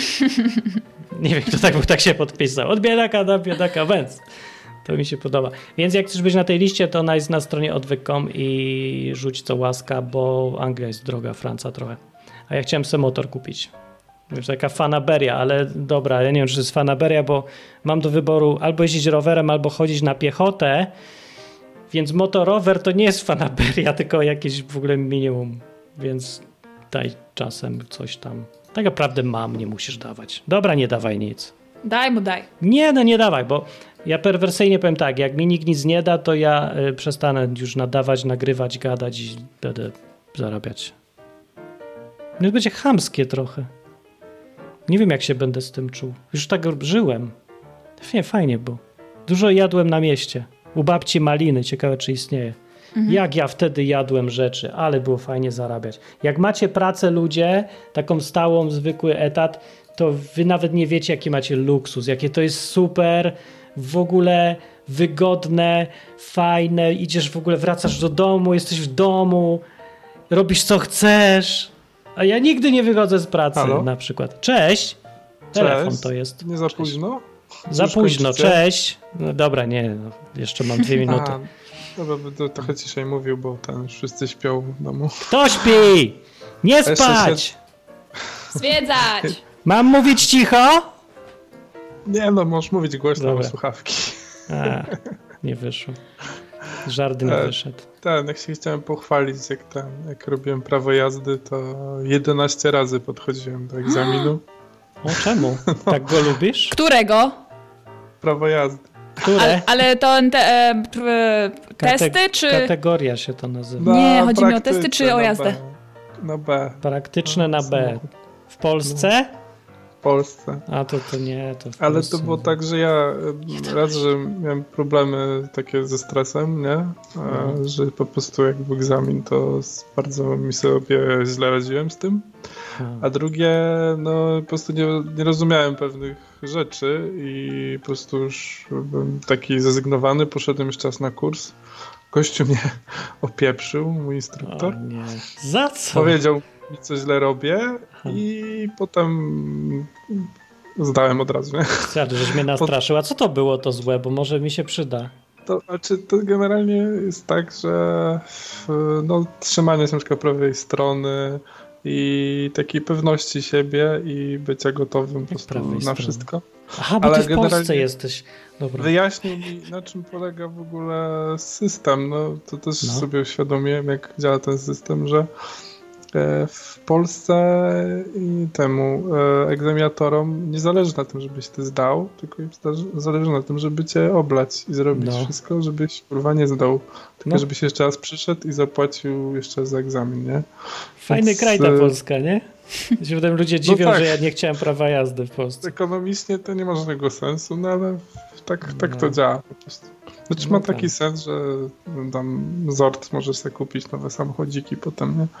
Nie wiem, kto tak się podpisał. Od biedaka dla biedaka Benz. To mi się podoba. Więc jak chcesz być na tej liście, to ona jest na stronie odwyk.com i rzuć co łaska, bo Anglia jest droga, Francja trochę. A ja chciałem sobie motor kupić. Już taka fanaberia, ale dobra, ja nie wiem, czy to jest fanaberia, bo mam do wyboru albo jeździć rowerem, albo chodzić na piechotę, więc motorower to nie jest fanaberia, tylko jakieś w ogóle minimum. Więc daj czasem coś tam. Tak naprawdę nie musisz dawać. Dobra, nie dawaj nic. Daj mu daj. Nie dawaj, bo ja perwersyjnie powiem tak, jak mi nikt nic nie da, to ja przestanę już nadawać, nagrywać, gadać i będę zarabiać. No to będzie chamskie trochę. Nie wiem, jak się będę z tym czuł. Już tak żyłem. Nie, fajnie było. Dużo jadłem na mieście. U babci maliny. Ciekawe, czy istnieje. Jak ja wtedy jadłem rzeczy, ale było fajnie zarabiać. Jak macie pracę ludzie, taką stałą, zwykły etat, to wy nawet nie wiecie, jaki macie luksus, jakie to jest super, w ogóle wygodne, fajne, idziesz w ogóle, wracasz do domu, jesteś w domu, robisz co chcesz, a ja nigdy nie wychodzę z pracy. Halo? Na przykład. Cześć! Telefon to jest. Nie za późno? Za późno, cześć! No dobra, nie, no, jeszcze mam 2 minuty. Dobra, będę trochę ciszej mówił, bo tam wszyscy śpią w domu. Kto śpi? Nie spać! Zwiedzać! Mam mówić cicho? Nie no, możesz mówić głośno, bo słuchawki. Nie wyszło. Żart nie wyszedł. Tak, jak się chciałem pochwalić, jak robiłem prawo jazdy, to 11 razy podchodziłem do egzaminu. O, czemu? Tak go lubisz? Którego? Prawo jazdy. Które? Ale to testy, czy... Kategoria się to nazywa. Nie, chodzi mi o testy, czy o jazdę? Na B. Praktyczne na B. W Polsce? W Polsce. A to nie, to w Ale Polsce. to było tak, że ja raz, że miałem problemy takie ze stresem, nie? Że po prostu jak był egzamin, to bardzo mi sobie źle radziłem z tym. A drugie, no po prostu nie rozumiałem pewnych rzeczy i po prostu już byłem taki zrezygnowany, poszedłem jeszcze raz na kurs. Gościu mnie opieprzył, mój instruktor. O nie. Za co? Powiedział mi, co źle robię i potem zdałem od razu, nie? Chciałem, żeś mnie nastraszył. A co to było to złe? Bo może mi się przyda. To generalnie jest tak, że trzymanie się na przykład prawej strony i takiej pewności siebie i bycia gotowym po prostu na wszystko. Aha, bo ty w Polsce jesteś. Dobra. Wyjaśnił mi, na czym polega w ogóle system. No, to też sobie uświadomiłem, jak działa ten system, że w Polsce i temu egzaminatorom nie zależy na tym, żebyś ty zdał, tylko im zależy na tym, żeby cię oblać i zrobić wszystko, żebyś kurwa nie zdał. Tylko żebyś jeszcze raz przyszedł i zapłacił jeszcze za egzamin, nie? Fajny kraj ta Polska, nie? Się potem ludzie dziwią, że ja nie chciałem prawa jazdy w Polsce. Ekonomicznie to nie ma żadnego sensu, no ale tak to działa po prostu. Znaczy ma taki sens, że tam Zort możesz sobie kupić nowe samochodziki potem, nie?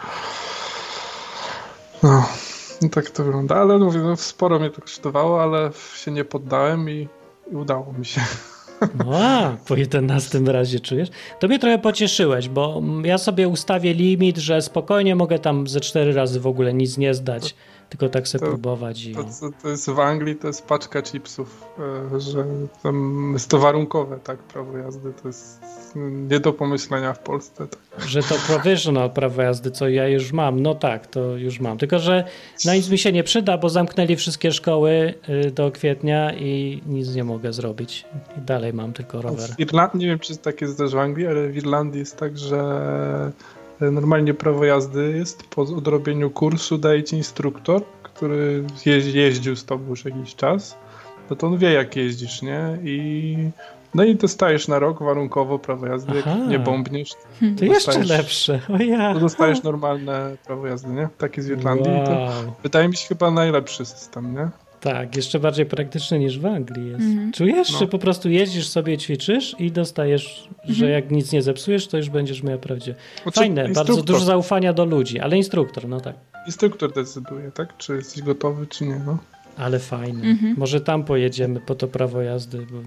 No tak to wygląda, ale mówię, sporo mnie to kosztowało, ale się nie poddałem i udało mi się. Po 11 razie czujesz? To mnie trochę pocieszyłeś, bo ja sobie ustawię limit, że spokojnie mogę tam ze 4 razy w ogóle nic nie zdać, tylko tak sobie próbować. To jest w Anglii, to jest paczka chipsów, że tam jest to warunkowe, tak, prawo jazdy, to jest nie do pomyślenia w Polsce. Tak. Że to provisional prawo jazdy, co ja już mam, no tak, to już mam, tylko że na nic mi się nie przyda, bo zamknęli wszystkie szkoły do kwietnia i nic nie mogę zrobić. I dalej mam tylko rower. W Irlandii, nie wiem, czy tak jest też w Anglii, ale w Irlandii jest tak, że normalnie prawo jazdy jest po odrobieniu kursu daje ci instruktor, który jeździł z tobą już jakiś czas, no to on wie, jak jeździsz, nie? No i dostajesz na rok warunkowo prawo jazdy, jak nie bombniesz. To jeszcze lepsze. To dostajesz normalne prawo jazdy, nie? Tak jest w Irlandii. Wow. To wydaje mi się chyba najlepszy system, nie? Tak, jeszcze bardziej praktyczny niż w Anglii jest. Czujesz, że po prostu jeździsz sobie, ćwiczysz i dostajesz, że jak nic nie zepsujesz, to już będziesz miał prawdzie. Fajne, bardzo dużo zaufania do ludzi, ale instruktor, no tak. Instruktor decyduje, tak? Czy jesteś gotowy, czy nie, no. Ale fajne. Może tam pojedziemy po to prawo jazdy, bo...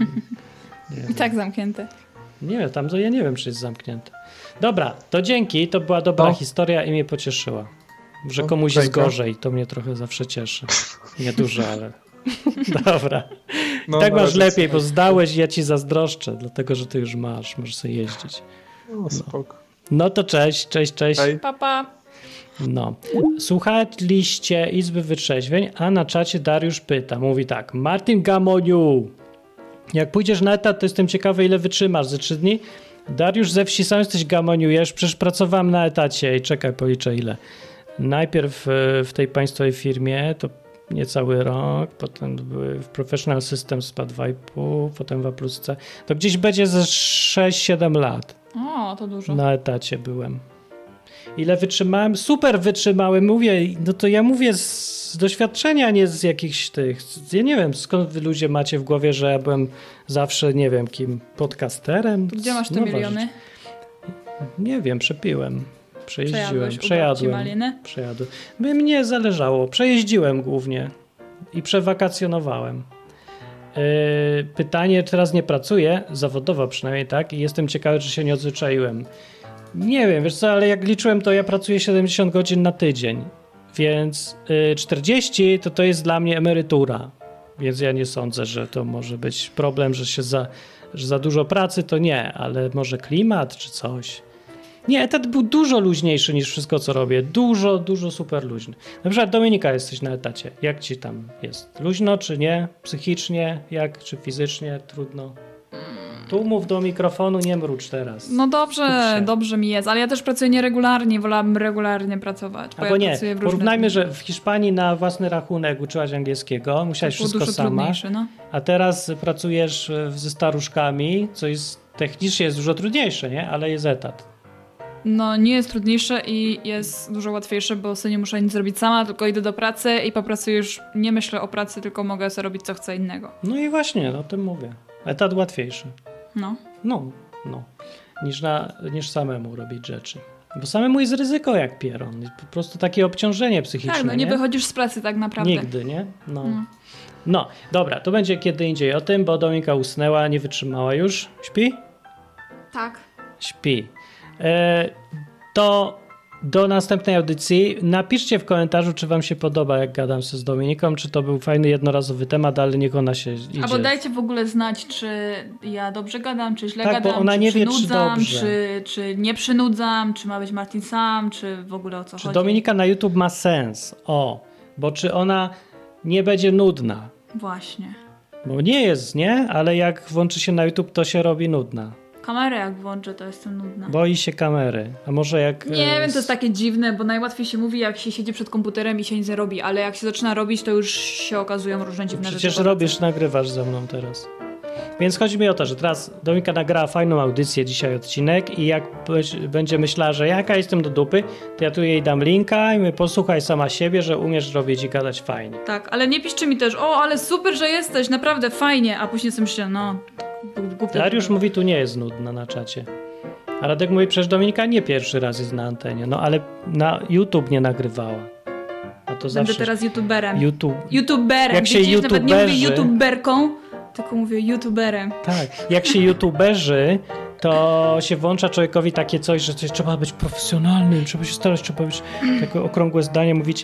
I tak zamknięte. Nie, tam to ja nie wiem, czy jest zamknięte. Dobra, to dzięki, to była dobra historia i mnie pocieszyła. Że komuś jest gorzej, to mnie trochę zawsze cieszy. Nie dużo, ale... Dobra. Tak masz lepiej, bo zdałeś i ja ci zazdroszczę, dlatego, że ty już możesz sobie jeździć. Spoko. No to cześć. Pa, pa. No. Słuchaliście Izby Wytrzeźwień, a na czacie Dariusz pyta, mówi tak: Martin Gamoniu, jak pójdziesz na etat, to jestem ciekawy, ile wytrzymasz ze 3 dni. Dariusz ze wsi, sam jesteś gamoniujesz, przecież pracowałem na etacie i czekaj, policzę ile. Najpierw w tej państwowej firmie to niecały rok, potem w Professional Systems spadł 2,5, potem w A+C. To gdzieś będzie ze 6-7 lat. O, to dużo. Na etacie byłem. Ile wytrzymałem? Super wytrzymałem, mówię, no to ja mówię z doświadczenia, nie z jakichś tych... Ja nie wiem, skąd wy ludzie macie w głowie, że ja byłem zawsze, nie wiem, kim, podcasterem? Gdzie masz te miliony? Nie wiem, przepiłem. Przejadłem. Przejadłem. Mnie zależało. Przejeździłem głównie i przewakacjonowałem. Pytanie, teraz nie pracuję, zawodowo przynajmniej, tak? I jestem ciekawy, czy się nie odzwyczaiłem. Nie wiem, wiesz co, ale jak liczyłem, to ja pracuję 70 godzin na tydzień, więc 40 to jest dla mnie emerytura. Więc ja nie sądzę, że to może być problem, że za dużo pracy to nie, ale może klimat czy coś. Nie, etat był dużo luźniejszy niż wszystko, co robię. Dużo super luźny. Na przykład Dominika, jesteś na etacie. Jak ci tam jest? Luźno czy nie? Psychicznie? Jak? Czy fizycznie? Trudno? Tu mów do mikrofonu, nie mrucz teraz. No dobrze mi jest, ale ja też pracuję nieregularnie, wolałabym regularnie pracować. Albo ja nie, porównajmy, że w Hiszpanii na własny rachunek uczyłaś angielskiego, musiałaś wszystko sama, no. A teraz pracujesz ze staruszkami, co jest technicznie jest dużo trudniejsze, nie? Ale jest etat. No nie jest trudniejsze i jest dużo łatwiejsze, bo sobie nie muszę nic zrobić sama, tylko idę do pracy i po prostu już nie myślę o pracy, tylko mogę sobie robić co chcę innego. No i właśnie, o tym mówię. Etat łatwiejszy. No. Niż samemu robić rzeczy. Bo samemu jest ryzyko jak pieron. Jest po prostu takie obciążenie psychiczne. Tak, nie wychodzisz z pracy tak naprawdę. Nigdy, nie? No, dobra, to będzie kiedy indziej o tym, bo Dominika usnęła, nie wytrzymała już. Śpi? Tak. Śpi. To do następnej audycji napiszcie w komentarzu, czy wam się podoba, jak gadam się z Dominiką, czy to był fajny, jednorazowy temat, ale niech ona się idzie. Albo dajcie w ogóle znać, czy ja dobrze gadam, czy źle tak, gadam, bo ona czy nie wie, przynudzam, czy czy nie przynudzam, czy ma być Martin sam, czy w ogóle o co chodzi. Czy Dominika na YouTube ma sens? Bo czy ona nie będzie nudna? Właśnie. Bo nie jest, nie? Ale jak włączy się na YouTube, to się robi nudna. Kamerę jak włączę, to jestem nudna. Boi się kamery. A może jak... Nie wiem, to jest takie dziwne, bo najłatwiej się mówi, jak się siedzi przed komputerem i się nic nie robi, ale jak się zaczyna robić, to już się okazują różne dziwne rzeczy. Przecież robisz, nagrywasz ze mną teraz. Więc chodzi mi o to, że teraz Dominika nagrała fajną audycję, dzisiaj odcinek i jak będzie myślała, że jaka jestem do dupy, to ja tu jej dam linka i posłuchaj sama siebie, że umiesz robić i gadać fajnie. Tak, ale nie piszcie mi też, ale super, że jesteś, naprawdę fajnie, a później sobie myślę, Dariusz mówi, tu nie jest nudna na czacie. A Radek mówi, przecież Dominika nie pierwszy raz jest na antenie, ale na YouTube nie nagrywała. A to Będę teraz youtuberem. YouTuberem. Jak się YouTuberzy... Nawet nie mówię youtuberką, tylko mówię youtuberem. Tak, jak się youtuberzy, to się włącza człowiekowi takie coś, że trzeba być profesjonalnym, trzeba się starać, trzeba być takie okrągłe zdanie mówić.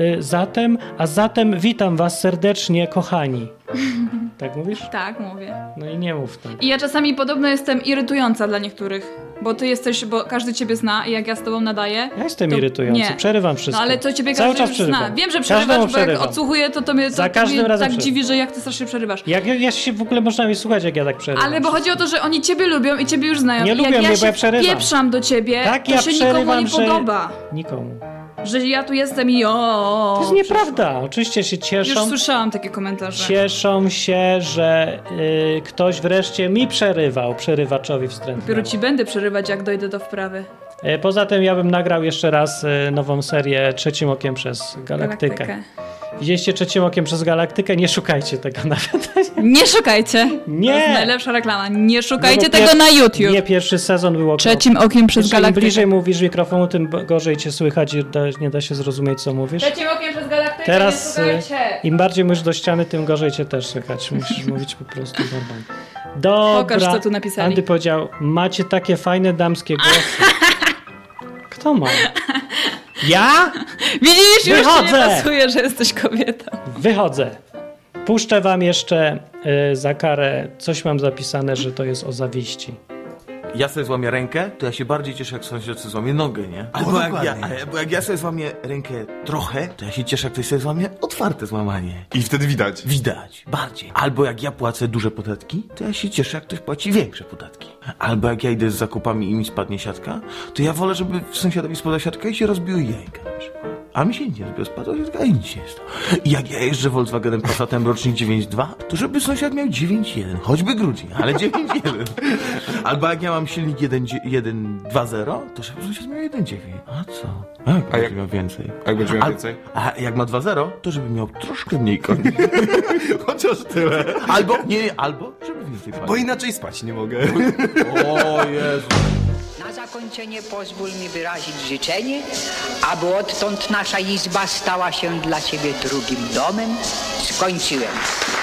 Zatem witam was serdecznie, kochani. Tak mówisz? Tak, mówię. No i nie mów tak. I ja czasami podobno jestem irytująca dla niektórych, bo każdy ciebie zna i jak ja z tobą nadaję... Ja jestem irytujący, nie. Przerywam wszystko. No ale to ciebie cały każdy czas zna. Wiem, że przerywasz, bo jak odsłuchuję, to mnie za każdym razem tak dziwi, że jak ty strasznie przerywasz. Ja się w ogóle można mnie słuchać, jak ja tak przerywam. Ale bo chodzi o to, że oni ciebie lubią i ciebie już znają. Nie lubią mnie, bo ja przerywam. Pieprzam do ciebie, tak, to się nikomu nie podoba. Nikomu. Że ja tu jestem i To jest nieprawda. Oczywiście się cieszą. Już słyszałam takie komentarze. Cieszą się, że ktoś wreszcie mi przerywaczowi wstrętnemu. Dopiero ci będę przerywać, jak dojdę do wprawy. Poza tym ja bym nagrał jeszcze raz nową serię Trzecim Okiem przez Galaktykę. Widzieliście Trzecim Okiem przez Galaktykę? Nie szukajcie tego nawet. Nie szukajcie. Nie. To jest najlepsza reklama. Nie szukajcie tego na YouTube. Nie, pierwszy sezon był okropny. Trzecim Okiem przez Galaktykę. Im bliżej mówisz mikrofonu, tym gorzej cię słychać i nie da się zrozumieć, co mówisz. Trzecim Okiem przez Galaktykę, teraz, nie szukajcie. Im bardziej mówisz do ściany, tym gorzej cię też słychać. Musisz mówić po prostu normalnie. Dobra. Pokaż, co tu napisali. Andy powiedział, macie takie fajne damskie głosy. Kto ma? Ja? Widzisz, już ci nie pasuje, że jesteś kobietą. Wychodzę. Puszczę wam jeszcze za karę, coś mam zapisane, że to jest o zawiści. Ja sobie złamię rękę, to ja się bardziej cieszę, jak sąsiad sobie złamie nogę, nie? Bo jak ja sobie złamię rękę trochę, to ja się cieszę, jak ktoś sobie złamie otwarte złamanie. I wtedy widać. Widać, bardziej. Albo jak ja płacę duże podatki, to ja się cieszę, jak ktoś płaci większe podatki. Albo jak ja idę z zakupami i mi spadnie siatka, to ja wolę, żeby sąsiadowi spadła siatka i się rozbił jajka. A mi się nic nie zbiło, spadło się, i nic się nie stało. I jak ja jeżdżę Volkswagenem Passatem rocznik 9.2, to żeby sąsiad miał 9.1, choćby grudzień, ale 9.1. Albo jak ja mam silnik 1.2.0, to żeby sąsiad miał 1.9. A co? A jak miał więcej? A jak będzie miał więcej? A jak ma 2.0, to żeby miał troszkę mniej koni. Chociaż tyle. Albo żeby więcej palił. Bo inaczej spać nie mogę. O Jezu. Na zakończenie pozwól mi wyrazić życzenie, aby odtąd nasza izba stała się dla Ciebie drugim domem. Skończyłem.